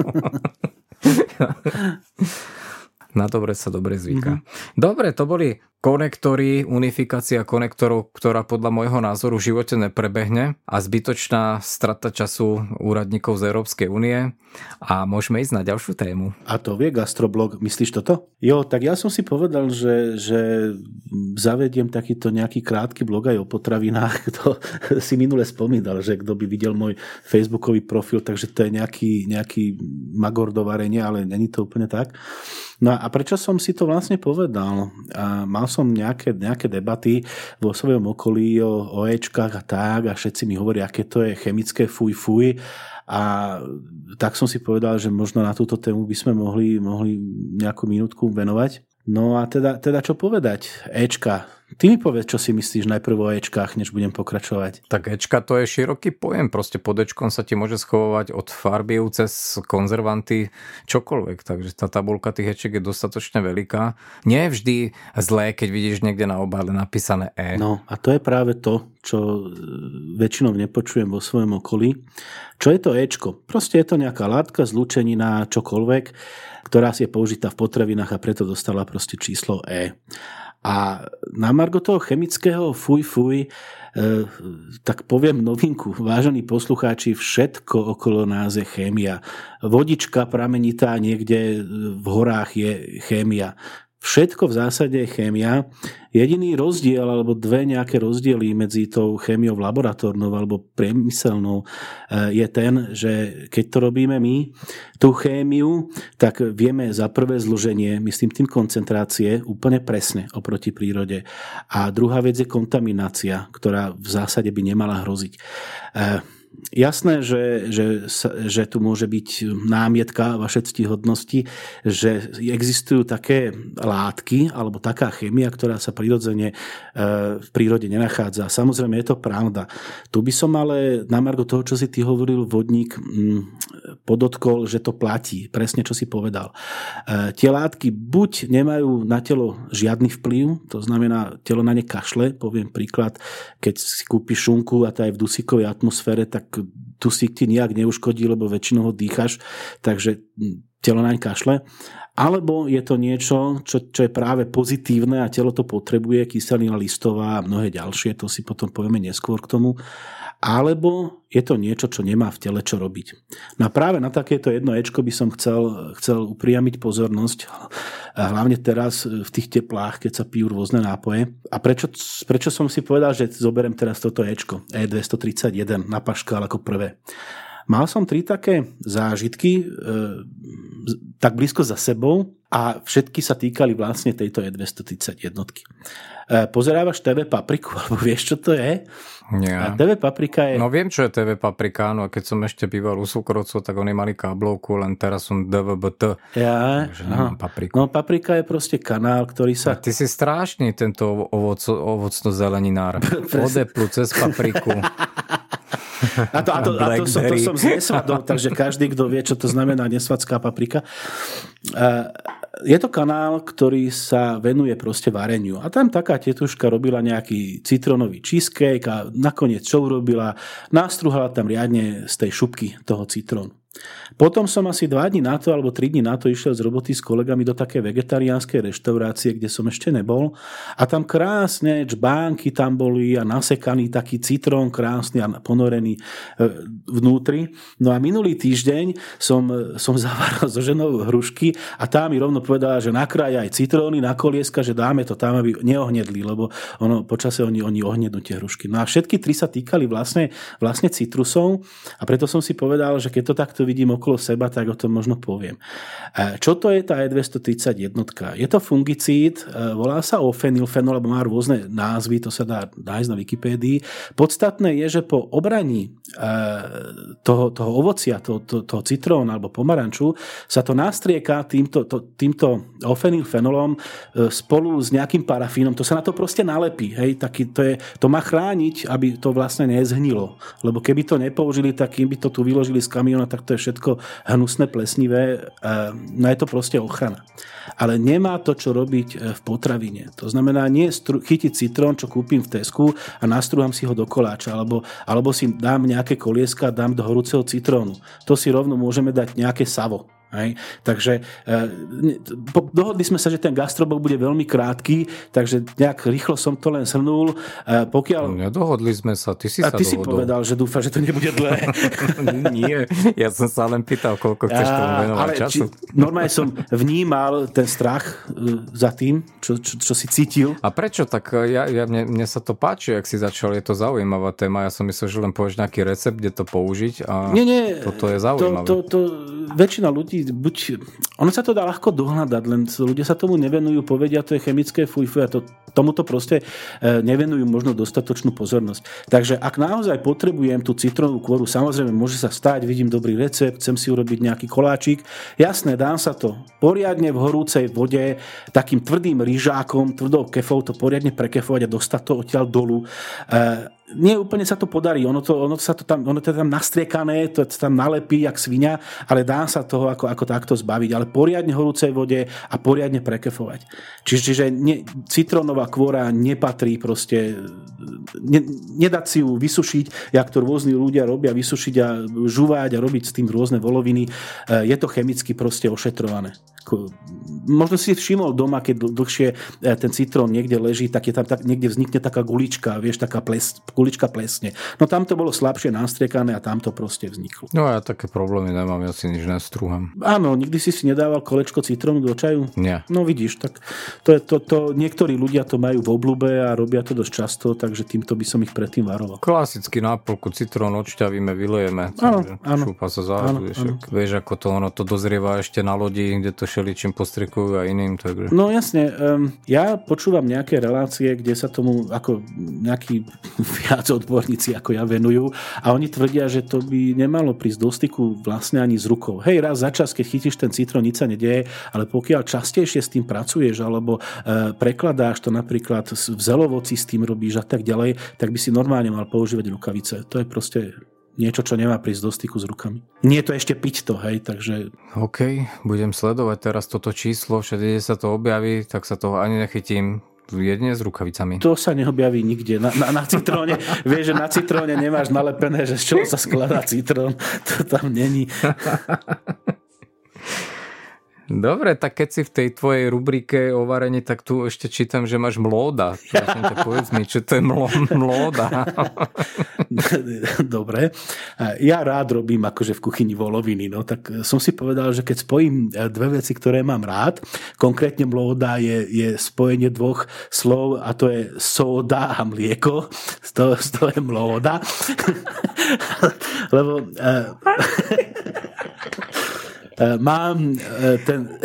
[SPEAKER 2] Na dobre sa dobre zvyká. Dobre, to boli konektory, unifikácia konektorov, ktorá podľa môjho názoru v živote neprebehne a zbytočná strata času úradníkov z Európskej únie. A môžeme ísť na ďalšiu tému.
[SPEAKER 1] A to vie Gastroblog, myslíš toto? Jo, tak ja som si povedal, že zavediem takýto nejaký krátky blog aj o potravinách. To si minule spomínal, že kto by videl môj facebookový profil, takže to je nejaký magor do varenia, ale není to úplne tak. No a prečo som si to vlastne povedal? Mal som nejaké debaty vo svojom okolí o Ečkách a tak a všetci mi hovoria, aké to je chemické fuj a tak som si povedal, že možno na túto tému by sme mohli nejakú minútku venovať. No a teda čo povedať? Ečka. Ty mi povedz, čo si myslíš najprv o Ečkách, než budem pokračovať.
[SPEAKER 2] Tak Ečka to je široký pojem, proste pod Ečkom sa ti môže schovávať od farbiv cez konzervanty čokoľvek, takže tá tabuľka tých Ečiek je dostatočne veľká. Nie je vždy zlé, keď vidíš niekde na obale napísané E.
[SPEAKER 1] No a to je práve to, čo väčšinou nepočujem vo svojom okolí. Čo je to Ečko? Proste je to nejaká látka, zlúčenina, čokoľvek, ktorá si je použitá v potravinách a preto dostala proste číslo E. A na margo toho chemického fuj, tak poviem novinku. Vážení poslucháči, všetko okolo nás je chémia. Vodička pramenitá niekde v horách je chémia. Všetko v zásade je chémia. Jediný rozdiel, alebo dve nejaké rozdiely medzi tou chémiou laboratórnou alebo priemyselnou je ten, že keď to robíme my, tú chémiu, tak vieme za prvé zloženie, myslím tým koncentrácie, úplne presne oproti prírode. A druhá vec je kontaminácia, ktorá v zásade by nemala hroziť. jasné, že tu môže byť námietka vašej ctihodnosti, že existujú také látky alebo taká chémia, ktorá sa prirodzene v prírode nenachádza. Samozrejme je to pravda. Tu by som ale na margo toho, čo si ty hovoril, Vodník, podotkol, že to platí. Presne, čo si povedal. Tie látky buď nemajú na telo žiadny vplyv, to znamená, telo na ne kašle. Poviem príklad, keď si kúpiš šunku a tá je v dusíkovej atmosfére, tak dusík ti nijak neuškodí, lebo väčšinou ho dýchaš, takže telo naň kašle. Alebo je to niečo, čo je práve pozitívne a telo to potrebuje, kyselina listová a mnohé ďalšie, to si potom povieme neskôr k tomu. Alebo je to niečo, čo nemá v tele čo robiť. No práve na takéto jedno Ečko by som chcel upriamiť pozornosť, hlavne teraz v tých teplách, keď sa pijú rôzne nápoje. A prečo som si povedal, že zoberiem teraz toto Ečko, E231 na paškál ako prvé. Mal som 3 také zážitky tak blízko za sebou a všetky sa týkali vlastne tejto E231. Pozerávaš TV Papriku, alebo vieš, čo to je?
[SPEAKER 2] Nie.
[SPEAKER 1] TV Paprika je...
[SPEAKER 2] No viem, čo je TV Paprika, no a keď som ešte býval u Súkrovcov, tak oni mali káblovku, len teraz som DVBT.
[SPEAKER 1] Ja,
[SPEAKER 2] Papriku.
[SPEAKER 1] No Paprika je proste kanál, ktorý sa...
[SPEAKER 2] A ty si strášný tento ovocno-zeleninár. Odeplu cez papriku.
[SPEAKER 1] A to som z nesvadov, takže každý, kto vie, čo to znamená nesvadská paprika. Je to kanál, ktorý sa venuje proste vareniu. A tam taká tetuška robila nejaký citrónový cheesecake a nakoniec čo urobila? Nastruhala tam riadne z tej šupky toho citrónu. Potom som asi 2 dní na to, alebo 3 dní na to išiel z roboty s kolegami do také vegetariánskej reštaurácie, kde som ešte nebol. A tam krásne čbánky tam boli a nasekaný taký citrón krásny a ponorený vnútri. No a minulý týždeň som zavaral so ženou hrušky a tá mi rovno povedala, že nakrája aj citróny na kolieska, že dáme to tam, aby neohnedli, lebo počase oni ohnednú tie hrušky. No a všetky 3 sa týkali vlastne citrusov a preto som si povedal, že keď to takto vidím okolo seba, tak o tom možno poviem. Čo to je tá E231? Je to fungicíd, volá sa ofenylfenol, lebo má rôzne názvy, to sa dá nájsť na Wikipédii. Podstatné je, že po obraní toho ovocia, toho citróna alebo pomaranču, sa to nastrieka týmto ofenylfenolom spolu s nejakým parafínom. To sa na to proste nalepí. Hej? To má chrániť, aby to vlastne nezhnilo. Lebo keby to nepoužili, tak kým by to tu vyložili z kamiona, tak to je všetko hnusné, plesnivé. No je to proste ochrana. Ale nemá to, čo robiť v potravine. To znamená, nie chytiť citrón, čo kúpim v Tesku a nastrúham si ho do koláča, alebo si dám nejaké kolieska a dám do horúceho citrónu. To si rovno môžeme dať nejaké savo. Hej. Takže dohodli sme sa, že ten gastrobok bude veľmi krátky, takže nejak rýchlo som to len shrnul.
[SPEAKER 2] Nedohodli sme sa, ty si
[SPEAKER 1] si povedal, že dúfa, že to nebude dlhé.
[SPEAKER 2] Nie, ja som sa len pýtal, koľko chceš tomu venovať času.
[SPEAKER 1] Normálne som vnímal ten strach za tým, čo si cítil.
[SPEAKER 2] A prečo? Tak mne sa to páči, ak si začal, je to zaujímavá téma. Ja som myslel, že len povieš nejaký recept, kde to použiť a nie, toto je zaujímavé.
[SPEAKER 1] Väčšina ľudí ono sa to dá ľahko dohľadať, len ľudia sa tomu nevenujú, povedia, to je chemické fujfuj a tomuto proste nevenujú možno dostatočnú pozornosť. Takže ak naozaj potrebujem tú citrónovú kôru, samozrejme môže sa stať, vidím dobrý recept, chcem si urobiť nejaký koláčik, jasné, dám sa to poriadne v horúcej vode, takým tvrdým rýžákom, tvrdou kefou to poriadne prekefovať a dostať to odtiaľ dolu. Nie úplne sa to podarí, ono to je tam nastriekané, to tam nalepí jak sviňa, ale dá sa toho ako takto zbaviť, ale poriadne horúcej vode a poriadne prekefovať. Čiže citrónová kvôra nepatrí proste, nedať si ju vysušiť, jak to rôzni ľudia robia, vysušiť a žuvať a robiť s tým rôzne voloviny. Je to chemicky proste ošetrované. Možno si všimol doma, keď dlhšie ten citrón niekde leží, tak je tam niekde vznikne taká gulička, vieš, taká gulička plesne. No tam to bolo slabšie nastriekané a tam to proste vzniklo.
[SPEAKER 2] No ja také problémy nemám, ja si nič nestrúham.
[SPEAKER 1] Áno, nikdy si nedával kolečko citrónu do čaju?
[SPEAKER 2] Nie.
[SPEAKER 1] No vidíš, tak to niektorí ľudia to majú v obľúbe a robia to dosť často, takže týmto by som ich predtým varoval.
[SPEAKER 2] Klasicky náplku, citrón odšťavíme, vylejeme.
[SPEAKER 1] Áno.
[SPEAKER 2] Šúpa sa záhaduje. Vieš, ako to dozrieva ešte na lodi, kde to šeličím postrikujú Vojtkovi a iným. Takže...
[SPEAKER 1] No jasne, ja počúvam nejaké relácie, kde sa tomu ako nejakí viac odborníci ako ja venujú a oni tvrdia, že to by nemalo prísť do styku vlastne ani s rukou. Hej, raz za čas, keď chytíš ten citrón, nič sa nedeje, ale pokiaľ častejšie s tým pracuješ alebo prekladáš to napríklad v zelovoci s tým robíš a tak ďalej, tak by si normálne mal používať rukavice. To je proste niečo, čo nemá prísť do styku s rukami. Nie je to ešte piť to, hej, takže...
[SPEAKER 2] OK, budem sledovať teraz toto číslo, všade sa to objaví, tak sa toho ani nechytím. Jedine s rukavicami.
[SPEAKER 1] To sa neobjaví nikde. Na citróne, vieš, že na citróne nemáš nalepené, že z čoho sa skladá citrón. To tam není.
[SPEAKER 2] Dobre, tak keď si v tej tvojej rubrike o varení, tak tu ešte čítam, že máš mlóda. Povedz mi, čo to je mlóda.
[SPEAKER 1] Dobre. Ja rád robím akože v kuchyni voloviny, no tak som si povedal, že keď spojím dve veci, ktoré mám rád, konkrétne mlóda je spojenie dvoch slov a to je sóda a mlieko. Z toho je mlóda. Lebo mám ten...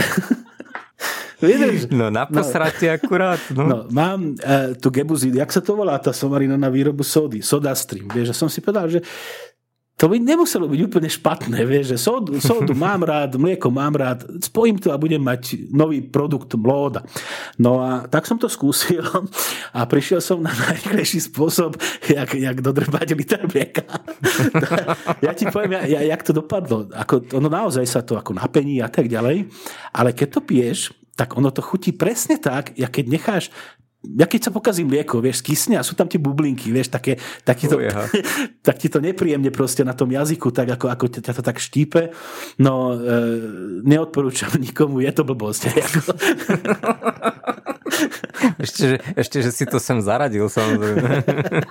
[SPEAKER 2] No na posrate akurát.
[SPEAKER 1] No, mám tu gebuzi, jak sa to volá tá somarina na výrobu sódy? Sodastream. Vieš, že som si povedal, že to by nemuselo byť úplne špatné, vieš, že sódu mám rád, mlieko mám rád, spojím to a budem mať nový produkt mlóda. No a tak som to skúsil a prišiel som na najrýchlejší spôsob, jak dodrbať liter mlieka. Ja ti poviem, jak to dopadlo. Ono naozaj sa to ako napení a tak ďalej, ale keď to piješ, tak ono to chutí presne tak, jak keď necháš. Ja keď sa pokazí mlieko, vieš, skysne a sú tam tie bublinky, vieš, tak ti to nepríjemne proste na tom jazyku, tak ako ťa to tak štípe. No, neodporúčam nikomu, je to blbosť.
[SPEAKER 2] Ešte, že si to sem zaradil, samozrejme.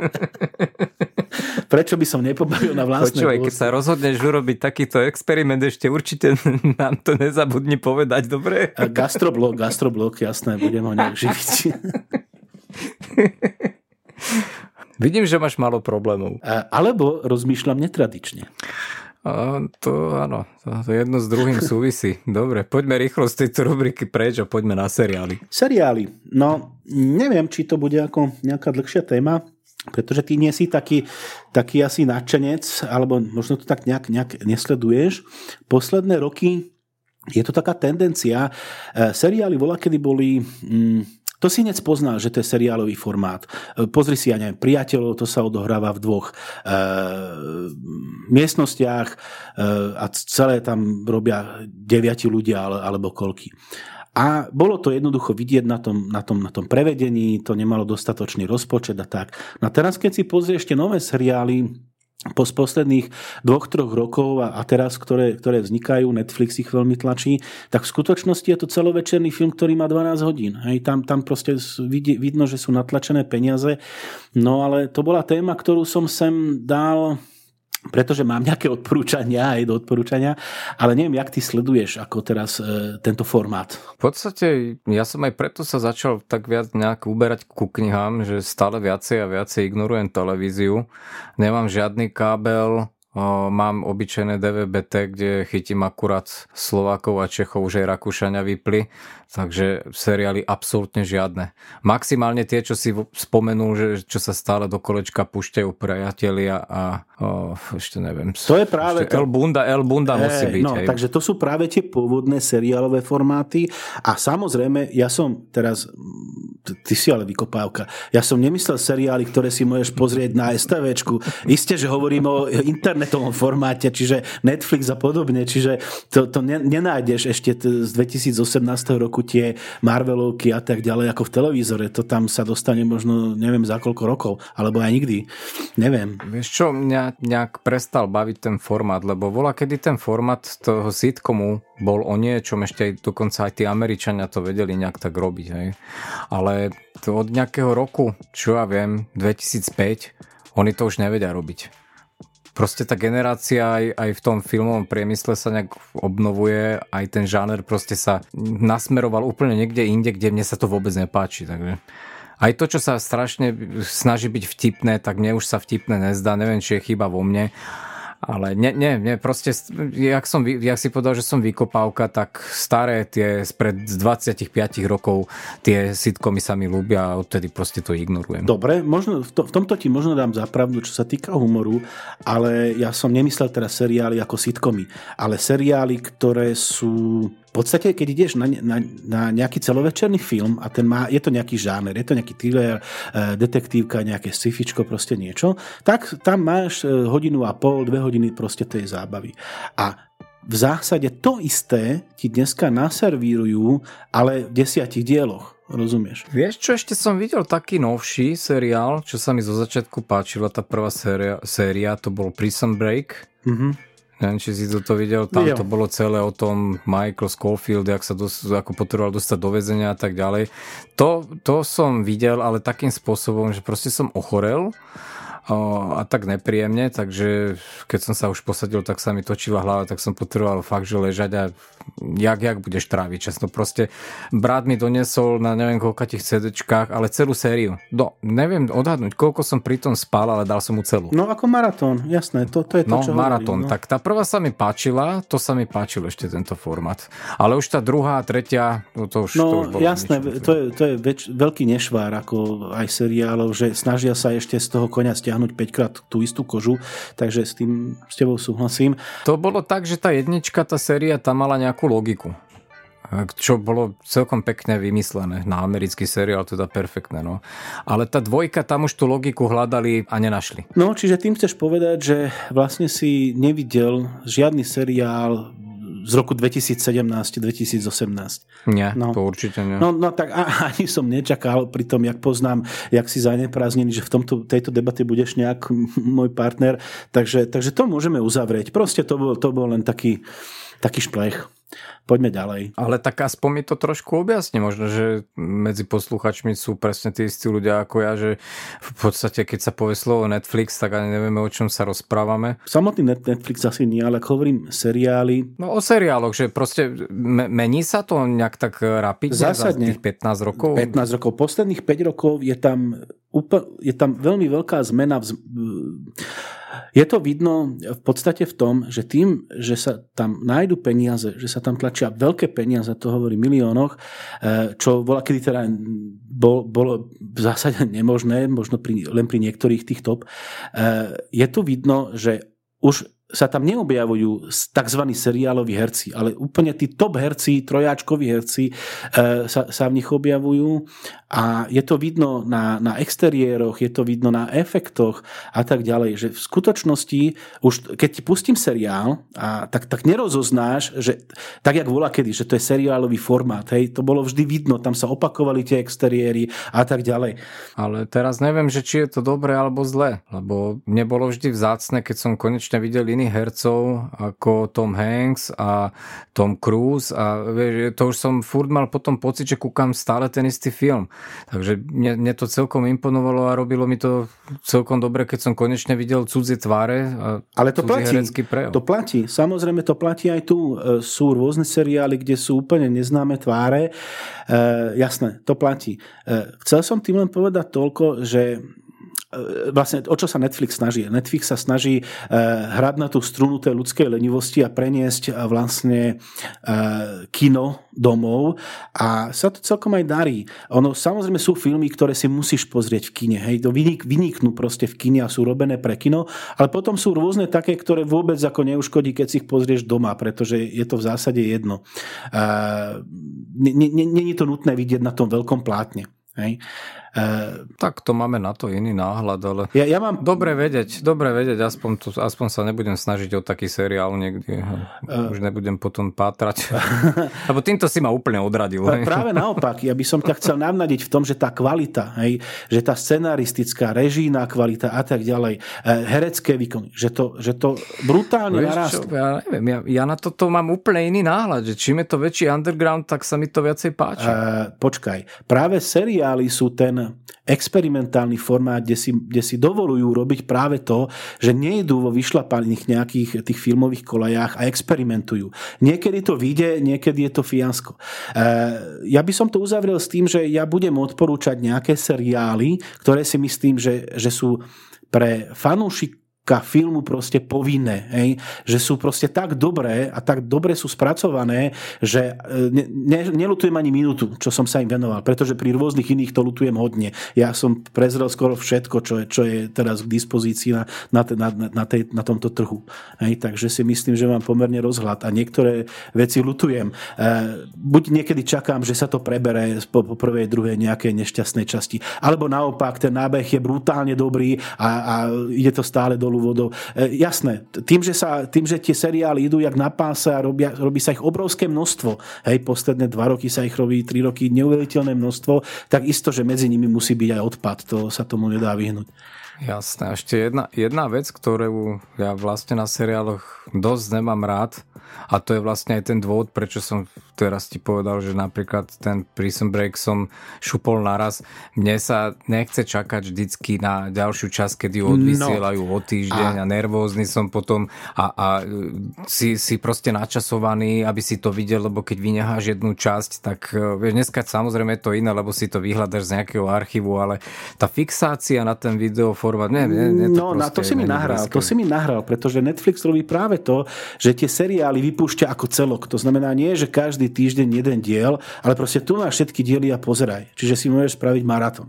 [SPEAKER 1] Prečo by som nepobavil na vlastné
[SPEAKER 2] Počúvaj, keď sa rozhodneš urobiť takýto experiment, ešte určite nám to nezabudni povedať, dobre?
[SPEAKER 1] Gastroblok, jasné, budem ho nejak živiť.
[SPEAKER 2] Vidím, že máš málo problémov.
[SPEAKER 1] Alebo rozmýšľam netradične.
[SPEAKER 2] To áno, to jedno s druhým súvisí. Dobre, poďme rýchlo z tejto rubriky preč a poďme na seriály.
[SPEAKER 1] Seriály, no neviem, či to bude ako nejaká dlhšia téma, pretože ty nie si taký asi nadšenec, alebo možno to tak nejak nesleduješ. Posledné roky je to taká tendencia. Seriály voľakedy boli... To si hneď poznal, že to je seriálový formát. Pozri si, ja neviem, Priateľov, to sa odohráva v dvoch miestnostiach a celé tam robia 9 ľudia alebo koľky. A bolo to jednoducho vidieť na tom prevedení, to nemalo dostatočný rozpočet a tak. No a teraz, keď si pozrieš ešte nové seriály z posledných 2-3 rokov a teraz, ktoré vznikajú, Netflix ich veľmi tlačí, tak v skutočnosti je to celovečerný film, ktorý má 12 hodín. Hej, tam proste vidno, že sú natlačené peniaze. No ale to bola téma, ktorú som sem dal... pretože mám nejaké odporúčania aj do odporúčania, ale neviem, jak ty sleduješ ako teraz tento formát.
[SPEAKER 2] V podstate ja som aj preto sa začal tak viac nejak uberať ku knihám, že stále viacej a viacej ignorujem televíziu. Nemám žiadny kábel, mám obyčajné DVB-T, kde chytím akurát Slovákov a Čechov, už aj Rakúšania vypli, takže seriály absolútne žiadne. Maximálne tie, čo si spomenul, že čo sa stále do kolečka púšťajú Priatelia a ešte neviem.
[SPEAKER 1] To je práve
[SPEAKER 2] El Bunda musí byť.
[SPEAKER 1] No, takže to sú práve tie pôvodné seriálové formáty a samozrejme, ja som teraz, ty si ale vykopávka, ja som nemyslel seriály, ktoré si môžeš pozrieť na STVčku. Isté, že hovorím o internetovom formáte, čiže Netflix a podobne, čiže to nenájdeš ešte z 2018 roku tie Marvelovky a tak ďalej ako v televízore. To tam sa dostane možno, neviem za koľko rokov, alebo aj nikdy. Neviem.
[SPEAKER 2] Vieš čo, mňa nejak prestal baviť ten formát, lebo kedy ten formát toho sitcomu bol o niečom, ešte aj dokonca aj tí Američania to vedeli nejak tak robiť. Hej. Ale to od nejakého roku, čo ja viem, 2005, oni to už nevedia robiť. Proste tá generácia aj v tom filmovom priemysle sa nejak obnovuje, aj ten žáner proste sa nasmeroval úplne niekde inde, kde mne sa to vôbec nepáči. Takže aj to, čo sa strašne snaží byť vtipné, tak mne už sa vtipné nezdá, neviem, či je chyba vo mne. Ale nie, proste, jak si povedal, že som vykopávka, tak staré tie spred 25 rokov tie sitcomy sa mi ľúbia a odtedy proste to ignorujem.
[SPEAKER 1] Dobre, možno, v tomto ti možno dám za pravdu, čo sa týka humoru, ale ja som nemyslel teraz seriály ako sitcomy, ale seriály, ktoré sú v podstate, keď ideš na nejaký celovečerný film a je to nejaký žáner, je to nejaký thriller, detektívka, nejaké sci-fičko, proste niečo, tak tam máš 1,5 hodiny, 2 hodiny proste tej zábavy. A v zásade to isté ti dneska naservírujú, ale v 10 dieloch. Rozumieš?
[SPEAKER 2] Vieš čo, ešte som videl taký novší seriál, čo sa mi zo začiatku páčila, tá prvá séria, to bol Prison Break. Neviem, či si to videl, tam to bolo celé o tom Michael Scofield, ako potreboval dostať do väzenia a tak ďalej. To som videl, ale takým spôsobom, že proste som ochorel a tak nepríjemne, takže keď som sa už posadil, tak sa mi točila hlava, tak som potreboval fakt, že ležať a jak budeš tráviť čas. No proste brat mi doniesol na neviem koľkatých CDčkách, ale celú sériu. Neviem odhadnúť, koľko som pri tom spal, ale dal som mu celú.
[SPEAKER 1] No ako maratón, jasné, to je to, čo
[SPEAKER 2] maratón.
[SPEAKER 1] hovorím. No.
[SPEAKER 2] Tak tá prvá sa mi páčila, to sa mi páčil ešte tento format. Ale už tá druhá, tretia, to už bolo
[SPEAKER 1] jasné, to je veľký nešvár ako aj seriálov, že snažia sa ešte z toho koňa stiahnuť 5-krát tú istú kožu, takže s tebou súhlasím.
[SPEAKER 2] To bolo tak, že tá jednička, tá séria, tam mala nejakú logiku. Čo bolo celkom pekne vymyslené na americký seriál, teda perfektné. No. Ale tá dvojka, tam už tú logiku hľadali a nenašli.
[SPEAKER 1] No, čiže tým chceš povedať, že vlastne si nevidel žiadny seriál z roku 2017-2018.
[SPEAKER 2] Nie, to určite nie.
[SPEAKER 1] No tak ani som nečakal pri tom, jak poznám, jak si zaneprázdnený, že v tejto debate budeš nejak môj partner. Takže to môžeme uzavrieť. Proste to bol len taký šplech. Poďme ďalej.
[SPEAKER 2] Ale tak aspoň mi to trošku objasní. Možno, že medzi posluchačmi sú presne tí istí ľudia ako ja, že v podstate, keď sa povie slovo Netflix, tak ani nevieme, o čom sa rozprávame.
[SPEAKER 1] Samotný Netflix asi nie, ale ako hovorím, seriály.
[SPEAKER 2] No o seriáloch, že proste mení sa to nejak tak rapidne
[SPEAKER 1] zásadne,
[SPEAKER 2] za tých 15 rokov?
[SPEAKER 1] 15 rokov. Posledných 5 rokov je tam veľmi veľká zmena. Je to vidno v podstate v tom, že tým, že sa tam nájdu peniaze, že sa tam tlačia veľké peniaze, to hovorí miliónoch, čo bola kedy teda bolo v zásade nemožné, možno len pri niektorých tých top, je tu vidno, že už sa tam neobjavujú tzv. Seriáloví herci, ale úplne tí top herci, trojáčkoví herci sa v nich objavujú a je to vidno na exteriéroch, je to vidno na efektoch a tak ďalej, že v skutočnosti už keď ti pustím seriál, tak nerozoznáš, že tak jak volá kedy, že to je seriálový formát, hej, to bolo vždy vidno, tam sa opakovali tie exteriéry a tak ďalej.
[SPEAKER 2] Ale teraz neviem, že či je to dobré alebo zlé, lebo mne bolo vždy vzácne, keď som konečne videl iných hercov ako Tom Hanks a Tom Cruise a vieš, to už som furt mal potom pocit, že kúkam stále ten istý film. Takže mne to celkom imponovalo a robilo mi to celkom dobre, keď som konečne videl cudzie tváre a
[SPEAKER 1] ale to platí,
[SPEAKER 2] herecký prejav.
[SPEAKER 1] To platí, samozrejme to platí aj tu. Sú rôzne seriály, kde sú úplne neznáme tváre. Jasné, to platí. Chcel som tým len povedať toľko, že vlastne o čo sa Netflix snaží? Netflix sa snaží hrať na tú strunu tej ľudskej lenivosti a preniesť vlastne kino domov a sa to celkom aj darí. Samozrejme sú filmy, ktoré si musíš pozrieť v kine. Hej, vyniknú proste v kine a sú robené pre kino, ale potom sú rôzne také, ktoré vôbec ako neuškodí, keď si ich pozrieš doma, pretože je to v zásade jedno. Není to nutné vidieť na tom veľkom plátne. Hej.
[SPEAKER 2] Tak to máme na to iný náhľad, ale
[SPEAKER 1] ja mám...
[SPEAKER 2] dobre vedieť, aspoň sa nebudem snažiť o taký seriál niekdy. Už nebudem potom pátrať. Lebo týmto si ma úplne odradil.
[SPEAKER 1] Práve naopak, ja by som ťa chcel navnadiť v tom, že tá kvalita, hej, že tá scenaristická, režijná kvalita a tak ďalej, herecké výkony, že to brutálne narastlo.
[SPEAKER 2] Ja neviem, ja na toto mám úplne iný náhľad, že čím je to väčší underground, tak sa mi to viacej páči.
[SPEAKER 1] Počkaj, práve seriály sú ten experimentálny formát, kde si dovolujú robiť práve to, že nejdú vo vyšlapaných nejakých tých filmových kolajách a experimentujú. Niekedy to vyjde, niekedy je to fiasko. Ja by som to uzavrel s tým, že ja budem odporúčať nejaké seriály, ktoré si myslím, že sú pre fanúšikov filmu proste povinné, hej? Že sú proste tak dobré a tak dobre sú spracované, že neľutujem ani minútu, čo som sa im venoval, pretože pri rôznych iných to ľutujem hodne. Ja som prezrel skoro všetko, čo je teraz k dispozícii na tomto trhu. Hej? Takže si myslím, že mám pomerne rozhľad a niektoré veci ľutujem. Buď niekedy čakám, že sa to prebere po prvej, druhej nejakej nešťastnej časti, alebo naopak, ten nábeh je brutálne dobrý a ide to stále dolu vodou. Jasné, tým, že tie seriály idú jak na páse a robí sa ich obrovské množstvo, hej, posledné 2 roky sa ich robí, 3 roky neuveriteľné množstvo, tak isto, že medzi nimi musí byť aj odpad, to sa tomu nedá vyhnúť.
[SPEAKER 2] Jasné, ešte jedna vec, ktorú ja vlastne na seriáloch dosť nemám rád, a to je vlastne aj ten dôvod, prečo som teraz ti povedal, že napríklad ten Prison Break som šupol naraz. Mne sa nechce čakať vždycky na ďalšiu časť, kedy ju odvysielajú o týždeň a nervózny som potom a si proste načasovaný, aby si to videl, lebo keď vynecháš jednu časť, tak vieš, dneska samozrejme je to iné, lebo si to vyhľadaš z nejakého archívu, ale tá fixácia na ten videoformát,
[SPEAKER 1] to si mi nahral, pretože Netflix robí práve to, že tie seriály vypúšťa ako celok. To znamená nie, že každý týždeň jeden diel, ale proste tu máš všetky diely a pozeraj. Čiže si môžeš spraviť maratón.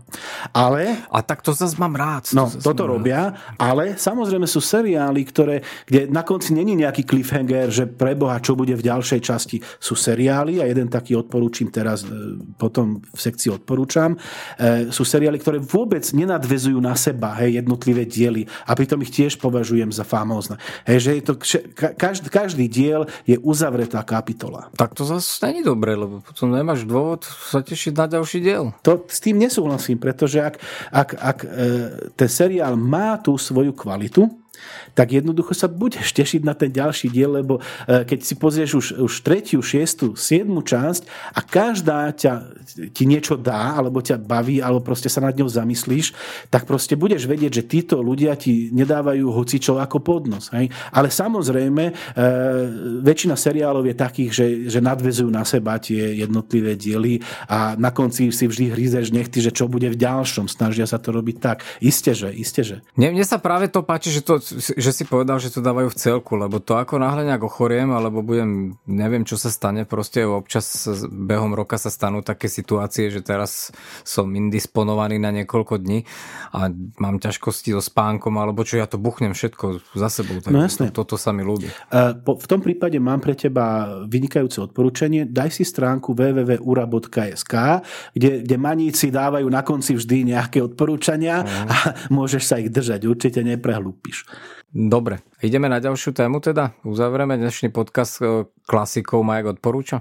[SPEAKER 1] A
[SPEAKER 2] tak to zase mám rád.
[SPEAKER 1] Toto robia, ale samozrejme sú seriály, kde na konci není nejaký cliffhanger, že preboha, čo bude v ďalšej časti. Sú seriály a jeden taký odporúčam teraz, potom v sekcii odporúčam. Sú seriály, ktoré vôbec nenadvezujú na seba, hej, jednotlivé diely a pritom ich tiež považujem za famózne. Hej, že je to, každý diel je uzavretá kapitola.
[SPEAKER 2] Tak to zase není dobre, lebo potom nemáš dôvod sa tešiť na ďalší diel.
[SPEAKER 1] S tým nesúhlasím, pretože ak ten seriál má tú svoju kvalitu, tak jednoducho sa budeš tešiť na ten ďalší diel, lebo keď si pozrieš už 3., 6., 7. časť a každá ti niečo dá, alebo ťa baví, alebo proste sa nad ňou zamyslíš, tak proste budeš vedieť, že títo ľudia ti nedávajú hocičo ako podnos. Hej? Ale samozrejme, väčšina seriálov je takých, že nadväzujú na seba tie jednotlivé diely a na konci si vždy hryzeš nechty, že čo bude v ďalšom. Snažia sa to robiť tak. Isté, že.
[SPEAKER 2] Mne sa práve to páči, že si povedal, že to dávajú v celku, lebo to ako náhle nejak ochoriem, alebo neviem, čo sa stane, proste občas behom roka sa stanú také situácie, že teraz som indisponovaný na niekoľko dní a mám ťažkosti so spánkom, alebo čo, ja to buchnem všetko za sebou. Tak toto sa mi ľúbi.
[SPEAKER 1] V tom prípade mám pre teba vynikajúce odporúčanie. Daj si stránku www.ura.sk, kde maníci dávajú na konci vždy nejaké odporúčania a môžeš sa ich držať. Určite neprehlúpiš.
[SPEAKER 2] Dobre, ideme na ďalšiu tému teda. Uzavrieme dnešný podcast klasikov Majak odporúča.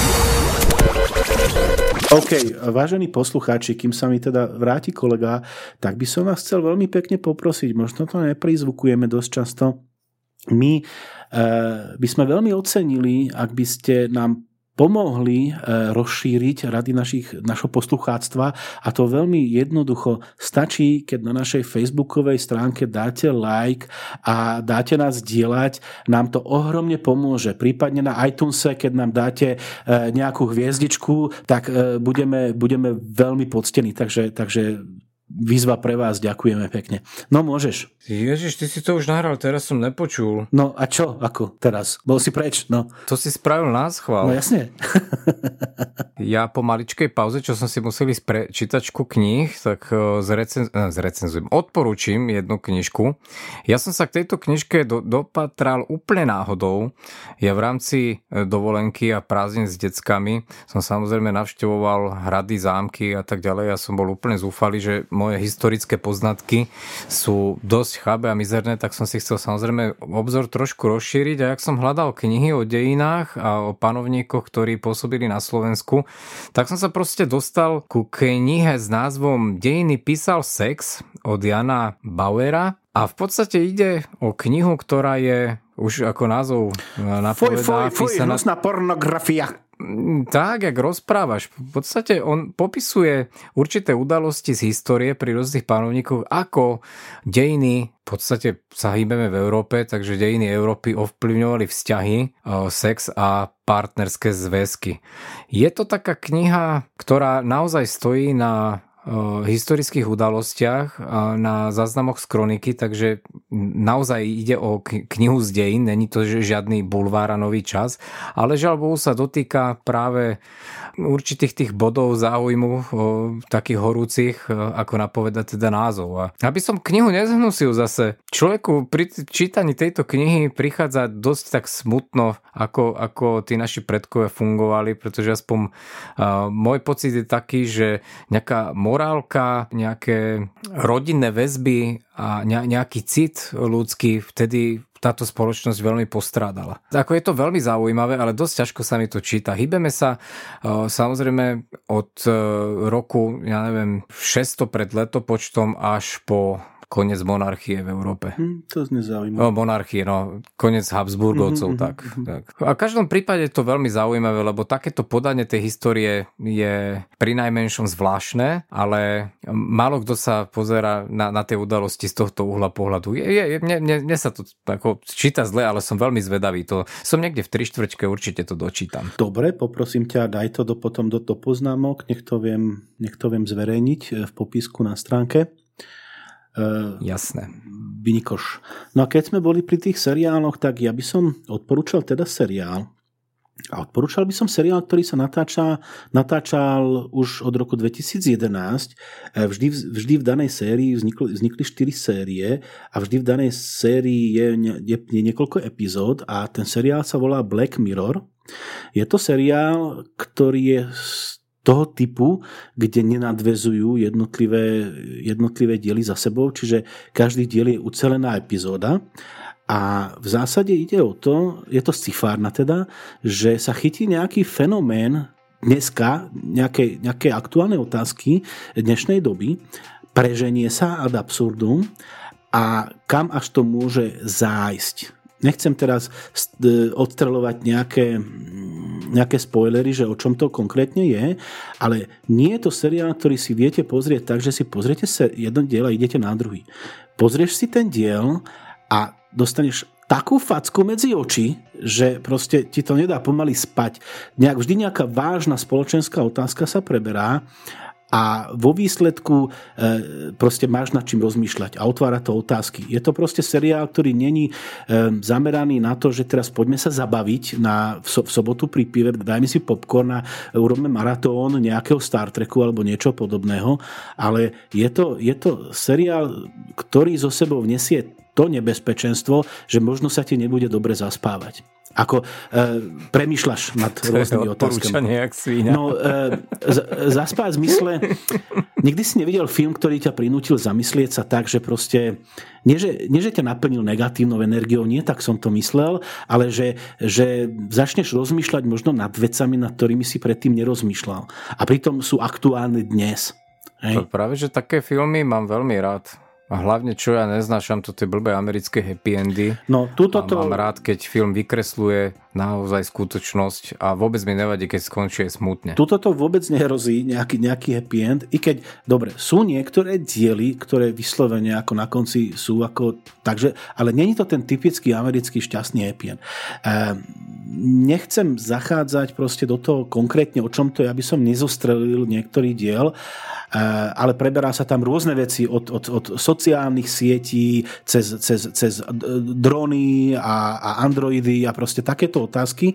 [SPEAKER 1] OK, vážení poslucháči, kým sa mi teda vráti kolega, tak by som vás chcel veľmi pekne poprosiť, možno to neprizvukujeme dosť často. My by sme veľmi ocenili, ak by ste nám pomohli rozšíriť rady našho poslucháctva a to veľmi jednoducho stačí, keď na našej facebookovej stránke dáte like a dáte nás dielať, nám to ohromne pomôže. Prípadne na iTunese, keď nám dáte nejakú hviezdičku, tak budeme veľmi poctení. Takže výzva pre vás, ďakujeme pekne. No, môžeš.
[SPEAKER 2] Ježiš, ty si to už nahral, teraz som nepočul.
[SPEAKER 1] No a čo, ako teraz? Bol si preč, no.
[SPEAKER 2] To si spravil náschvál.
[SPEAKER 1] No jasne.
[SPEAKER 2] Ja po maličkej pauze, čo som si musel ísť pre čítačku kníh, tak zrecenzujem. Odporúčim jednu knižku. Ja som sa k tejto knižke dopatral úplne náhodou. Ja v rámci dovolenky a prázdnin s deckami som samozrejme navštevoval hrady, zámky a tak ďalej. Ja som bol úplne zúfalý, že moje historické poznatky sú dosť chabé a mizerné, tak som si chcel samozrejme obzor trošku rozšíriť a jak som hľadal knihy o dejinách a o panovníkoch, ktorí pôsobili na Slovensku, tak som sa proste dostal ku knihe s názvom Dejiny písal sex od Jana Bauera a v podstate ide o knihu, ktorá je už ako názov napovedá písaná...
[SPEAKER 1] hnusná pornografia.
[SPEAKER 2] Tak, jak rozprávaš. V podstate on popisuje určité udalosti z histórie pri rôznych panovníkoch, ako dejiny, v podstate sa hýbeme v Európe, takže dejiny Európy ovplyvňovali vzťahy, sex a partnerské zväzky. Je to taká kniha, ktorá naozaj stojí na historických udalostiach na záznamoch z kroniky, takže naozaj ide o knihu z dejín, není to žiadny bulvár a nový čas, ale žiaľ Bohu sa dotýka práve určitých tých bodov záujmu takých horúcich, ako napoveda teda názov. A aby som knihu nezhnusil zase, človeku pri čítaní tejto knihy prichádza dosť tak smutno, ako tí naši predkovia fungovali, pretože aspoň môj pocit je taký, že nejaká morálka, nejaké rodinné väzby a nejaký cit ľudský vtedy táto spoločnosť veľmi postrádala. Ako je to veľmi zaujímavé, ale dosť ťažko sa mi to číta. Hýbeme sa samozrejme od roku, 600 pred letopočtom až po koniec monarchie v Európe.
[SPEAKER 1] To je nezaujímavé.
[SPEAKER 2] Monarchie, koniec Habsburgovcov, tak. A v každom prípade je to veľmi zaujímavé, lebo takéto podanie tej histórie je prinajmenšom zvláštne, ale málo kto sa pozerá na tie udalosti z tohto uhla pohľadu. Mne sa to ako číta zle, ale som veľmi zvedavý. Som niekde v 3/4, určite to dočítam.
[SPEAKER 1] Dobre, poprosím ťa, daj to potom do poznámok, nech to viem zverejniť v popisku na stránke.
[SPEAKER 2] Jasné.
[SPEAKER 1] Binikoš. No a keď sme boli pri tých seriáloch, tak ja by som odporúčal teda seriál. A odporúčal by som seriál, ktorý sa natáčal už od roku 2011. Vždy v danej sérii vznikli 4 série a vždy v danej sérii je niekoľko epizód a ten seriál sa volá Black Mirror. Je to seriál, ktorý je toho typu, kde nenadväzujú jednotlivé diely za sebou, čiže každý diel je ucelená epizóda a v zásade ide o to, je to scifárna teda, že sa chytí nejaký fenomén dneska, nejaké aktuálne otázky dnešnej doby, preženie sa ad absurdum a kam až to môže zájsť. Nechcem teraz odstreľovať nejaké spoilery, že o čom to konkrétne je, ale nie je to seriál, ktorý si viete pozrieť tak, že si pozriete jeden diel a idete na druhý. Pozrieš si ten diel a dostaneš takú facku medzi oči, že proste ti to nedá pomaly spať. Vždy nejaká vážna spoločenská otázka sa preberá a vo výsledku proste máš nad čím rozmýšľať a otvára to otázky. Je to proste seriál, ktorý není zameraný na to, že teraz poďme sa zabaviť v sobotu pri pive, dajme si popcorn a urobme maratón nejakého Star Treku alebo niečo podobného, ale je to seriál, ktorý zo sebou nesie to nebezpečenstvo, že možno sa ti nebude dobre zaspávať. Ako premýšľaš nad rôznymi otázkami.
[SPEAKER 2] Jak svíňa.
[SPEAKER 1] No, zaspávať v zmysle, nikdy si nevidel film, ktorý ťa prinútil zamyslieť sa tak, že proste, nie že ťa naplnil negatívnou energiou, nie tak som to myslel, ale že začneš rozmýšľať možno nad vecami, nad ktorými si predtým nerozmýšľal. A pritom sú aktuálne dnes. Hej?
[SPEAKER 2] Práve, že také filmy mám veľmi rád. A hlavne, čo ja neznášam, to tie blbé americké happy endy.
[SPEAKER 1] No,
[SPEAKER 2] mám rád, keď film vykresluje naozaj skutočnosť a vôbec mi nevadí, keď skončí smutne.
[SPEAKER 1] Tuto to vôbec nehrozí nejaký happy end, i keď, dobre, sú niektoré diely, ktoré vyslovene ako na konci sú ako, takže, ale není to ten typický americký šťastný happy end. Nechcem zachádzať proste do toho konkrétne, o čom to ja by som nezostrelil niektorý diel, ale preberá sa tam rôzne veci od sociálnych sietí cez drony a androidy a proste takéto otázky.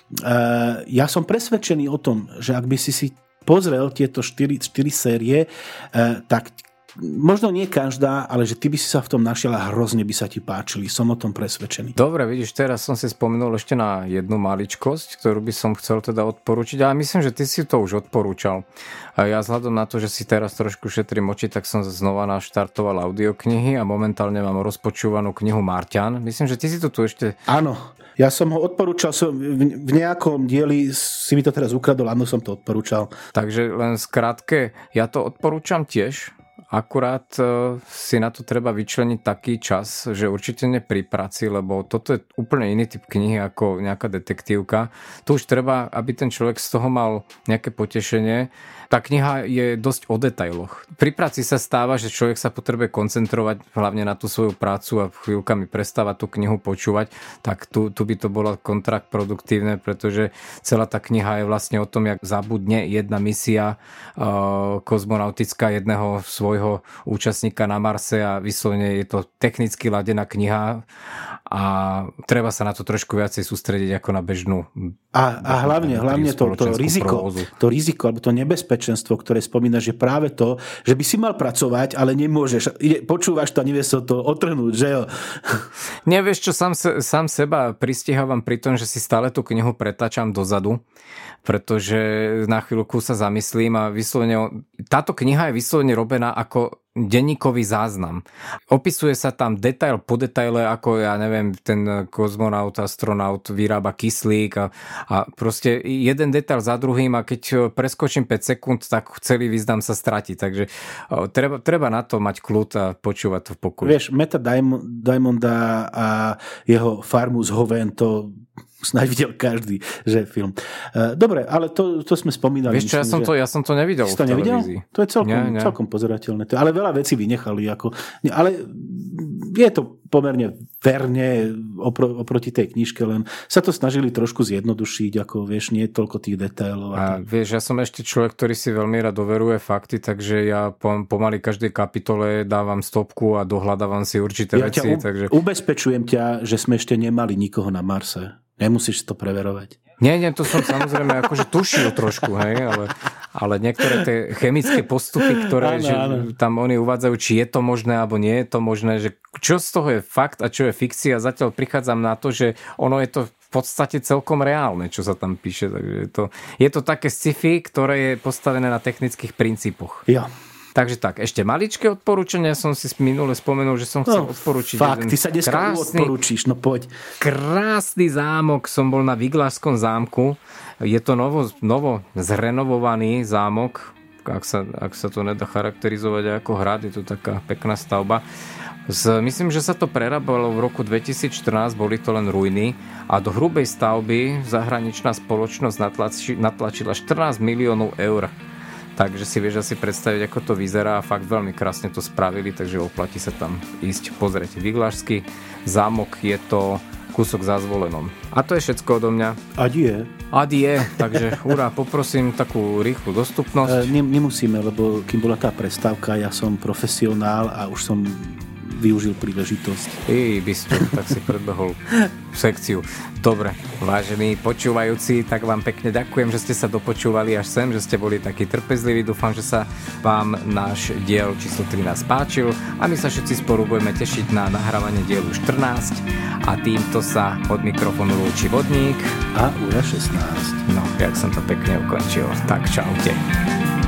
[SPEAKER 1] Ja som presvedčený o tom, že ak by si pozrel tieto 4 série, tak možno nie každá, ale že ty by si sa v tom našiel a hrozne by sa ti páčili. Som o tom presvedčený.
[SPEAKER 2] Dobre, vidíš, teraz som si spomenul ešte na jednu maličkosť, ktorú by som chcel teda odporučiť, ale myslím, že ty si to už odporúčal. A ja vzhľadom na to, že si teraz trošku šetrím oči, tak som znova naštartoval audioknihy a momentálne mám rozpočúvanú knihu Marťan. Myslím, že ty si to tu ešte...
[SPEAKER 1] Áno. Ja som ho odporúčal, v nejakom dieli si mi to teraz ukradol, áno, som to odporúčal.
[SPEAKER 2] Takže len skrátke, ja to odporúčam tiež. akurát si na to treba vyčleniť taký čas, že určite nie pri práci, lebo toto je úplne iný typ knihy ako nejaká detektívka. Tu už treba, aby ten človek z toho mal nejaké potešenie. Tá kniha je dosť o detailoch. Pri práci sa stáva, že človek sa potrebuje koncentrovať hlavne na tú svoju prácu a chvíľkami prestáva tú knihu počúvať, tak tu by to bolo kontraproduktívne, pretože celá tá kniha je vlastne o tom, jak zabudne jedna misia kozmonautická jedného svojho účastníka na Marse a vyslovene je to technicky ladená kniha a treba sa na to trošku viacej sústrediť ako na bežnú.
[SPEAKER 1] A hlavne to riziko, alebo to nebezpečenstvo, ktoré spomína, že práve to, že by si mal pracovať, ale nemôžeš. Počúvaš to a nevieš sa to otrhnúť, že jo?
[SPEAKER 2] Nevieš čo, sám seba pristihávam pri tom, že si stále tú knihu pretáčam dozadu, pretože na chvíľku sa zamyslím a vyslovene, táto kniha je vyslovene robená ako denníkový záznam. Opisuje sa tam detail po detaile, ako ja neviem, ten kozmonaut, astronaut vyrába kyslík a proste jeden detail za druhým a keď preskočím 5 sekúnd, tak celý význam sa stratí. Takže treba na to mať kľud a počúvať to v pokoji.
[SPEAKER 1] Vieš, Matta Diamonda a jeho Farmu z Hoven, to snáď videl každý, že film. Dobre, ale to sme spomínali.
[SPEAKER 2] Vieš čo, ja som to nevidel v televízii.
[SPEAKER 1] To je celkom pozerateľné. Ale veľa vecí vynechali. Ale je to pomerne verne oproti tej knižke, len sa to snažili trošku zjednodušiť, ako vieš, nie toľko tých detailov.
[SPEAKER 2] A vieš, ja som ešte človek, ktorý si veľmi rád overuje fakty, takže ja pomaly každej kapitole dávam stopku a dohľadávam si určité veci. Takže
[SPEAKER 1] ubezpečujem ťa, že sme ešte nemali nikoho na Marse. Nemusíš to preverovať.
[SPEAKER 2] Nie, to som samozrejme akože tušil trošku, hej, ale niektoré tie chemické postupy, ktoré áno. Tam oni uvádzajú, či je to možné, alebo nie je to možné, že čo z toho je fakt a čo je fikcia, zatiaľ prichádzam na to, že ono je to v podstate celkom reálne, čo sa tam píše, takže je to také sci-fi, ktoré je postavené na technických princípoch.
[SPEAKER 1] Ja.
[SPEAKER 2] Takže tak, ešte maličké odporúčania som si minule spomenul, že som chcel odporúčiť.
[SPEAKER 1] Fakt, ty sa dneska odporúčiš, no poď.
[SPEAKER 2] Krásny zámok, som bol na Viglašskom zámku. Je to novo zrenovovaný zámok, ak sa to nedá charakterizovať ako hrad, je to taká pekná stavba. Myslím, že sa to prerábalo v roku 2014, boli to len ruiny a do hrubej stavby zahraničná spoločnosť natlačila 14 miliónov eur. Takže si vieš asi predstaviť, ako to vyzerá a fakt veľmi krásne to spravili, takže oplatí sa tam ísť pozrieť. Viglašský zámok, je to kúsok za Zvolenom. A to je všetko odo mňa. Adie, takže hurá, poprosím takú rýchlu dostupnosť.
[SPEAKER 1] Nemusíme, lebo kým bola tá prestávka, ja som profesionál a už som využil príležitosť.
[SPEAKER 2] Tak si predbehol sekciu. Dobre, vážení počúvajúci, tak vám pekne ďakujem, že ste sa dopočúvali až sem, že ste boli takí trpezliví. Dúfam, že sa vám náš diel číslo 13 páčil a my sa všetci spolu budeme tešiť na nahrávanie dielu 14 a týmto sa od mikrofónu lúči Vodník
[SPEAKER 1] a Ura 16.
[SPEAKER 2] No, jak som to pekne ukončil. Tak čaute.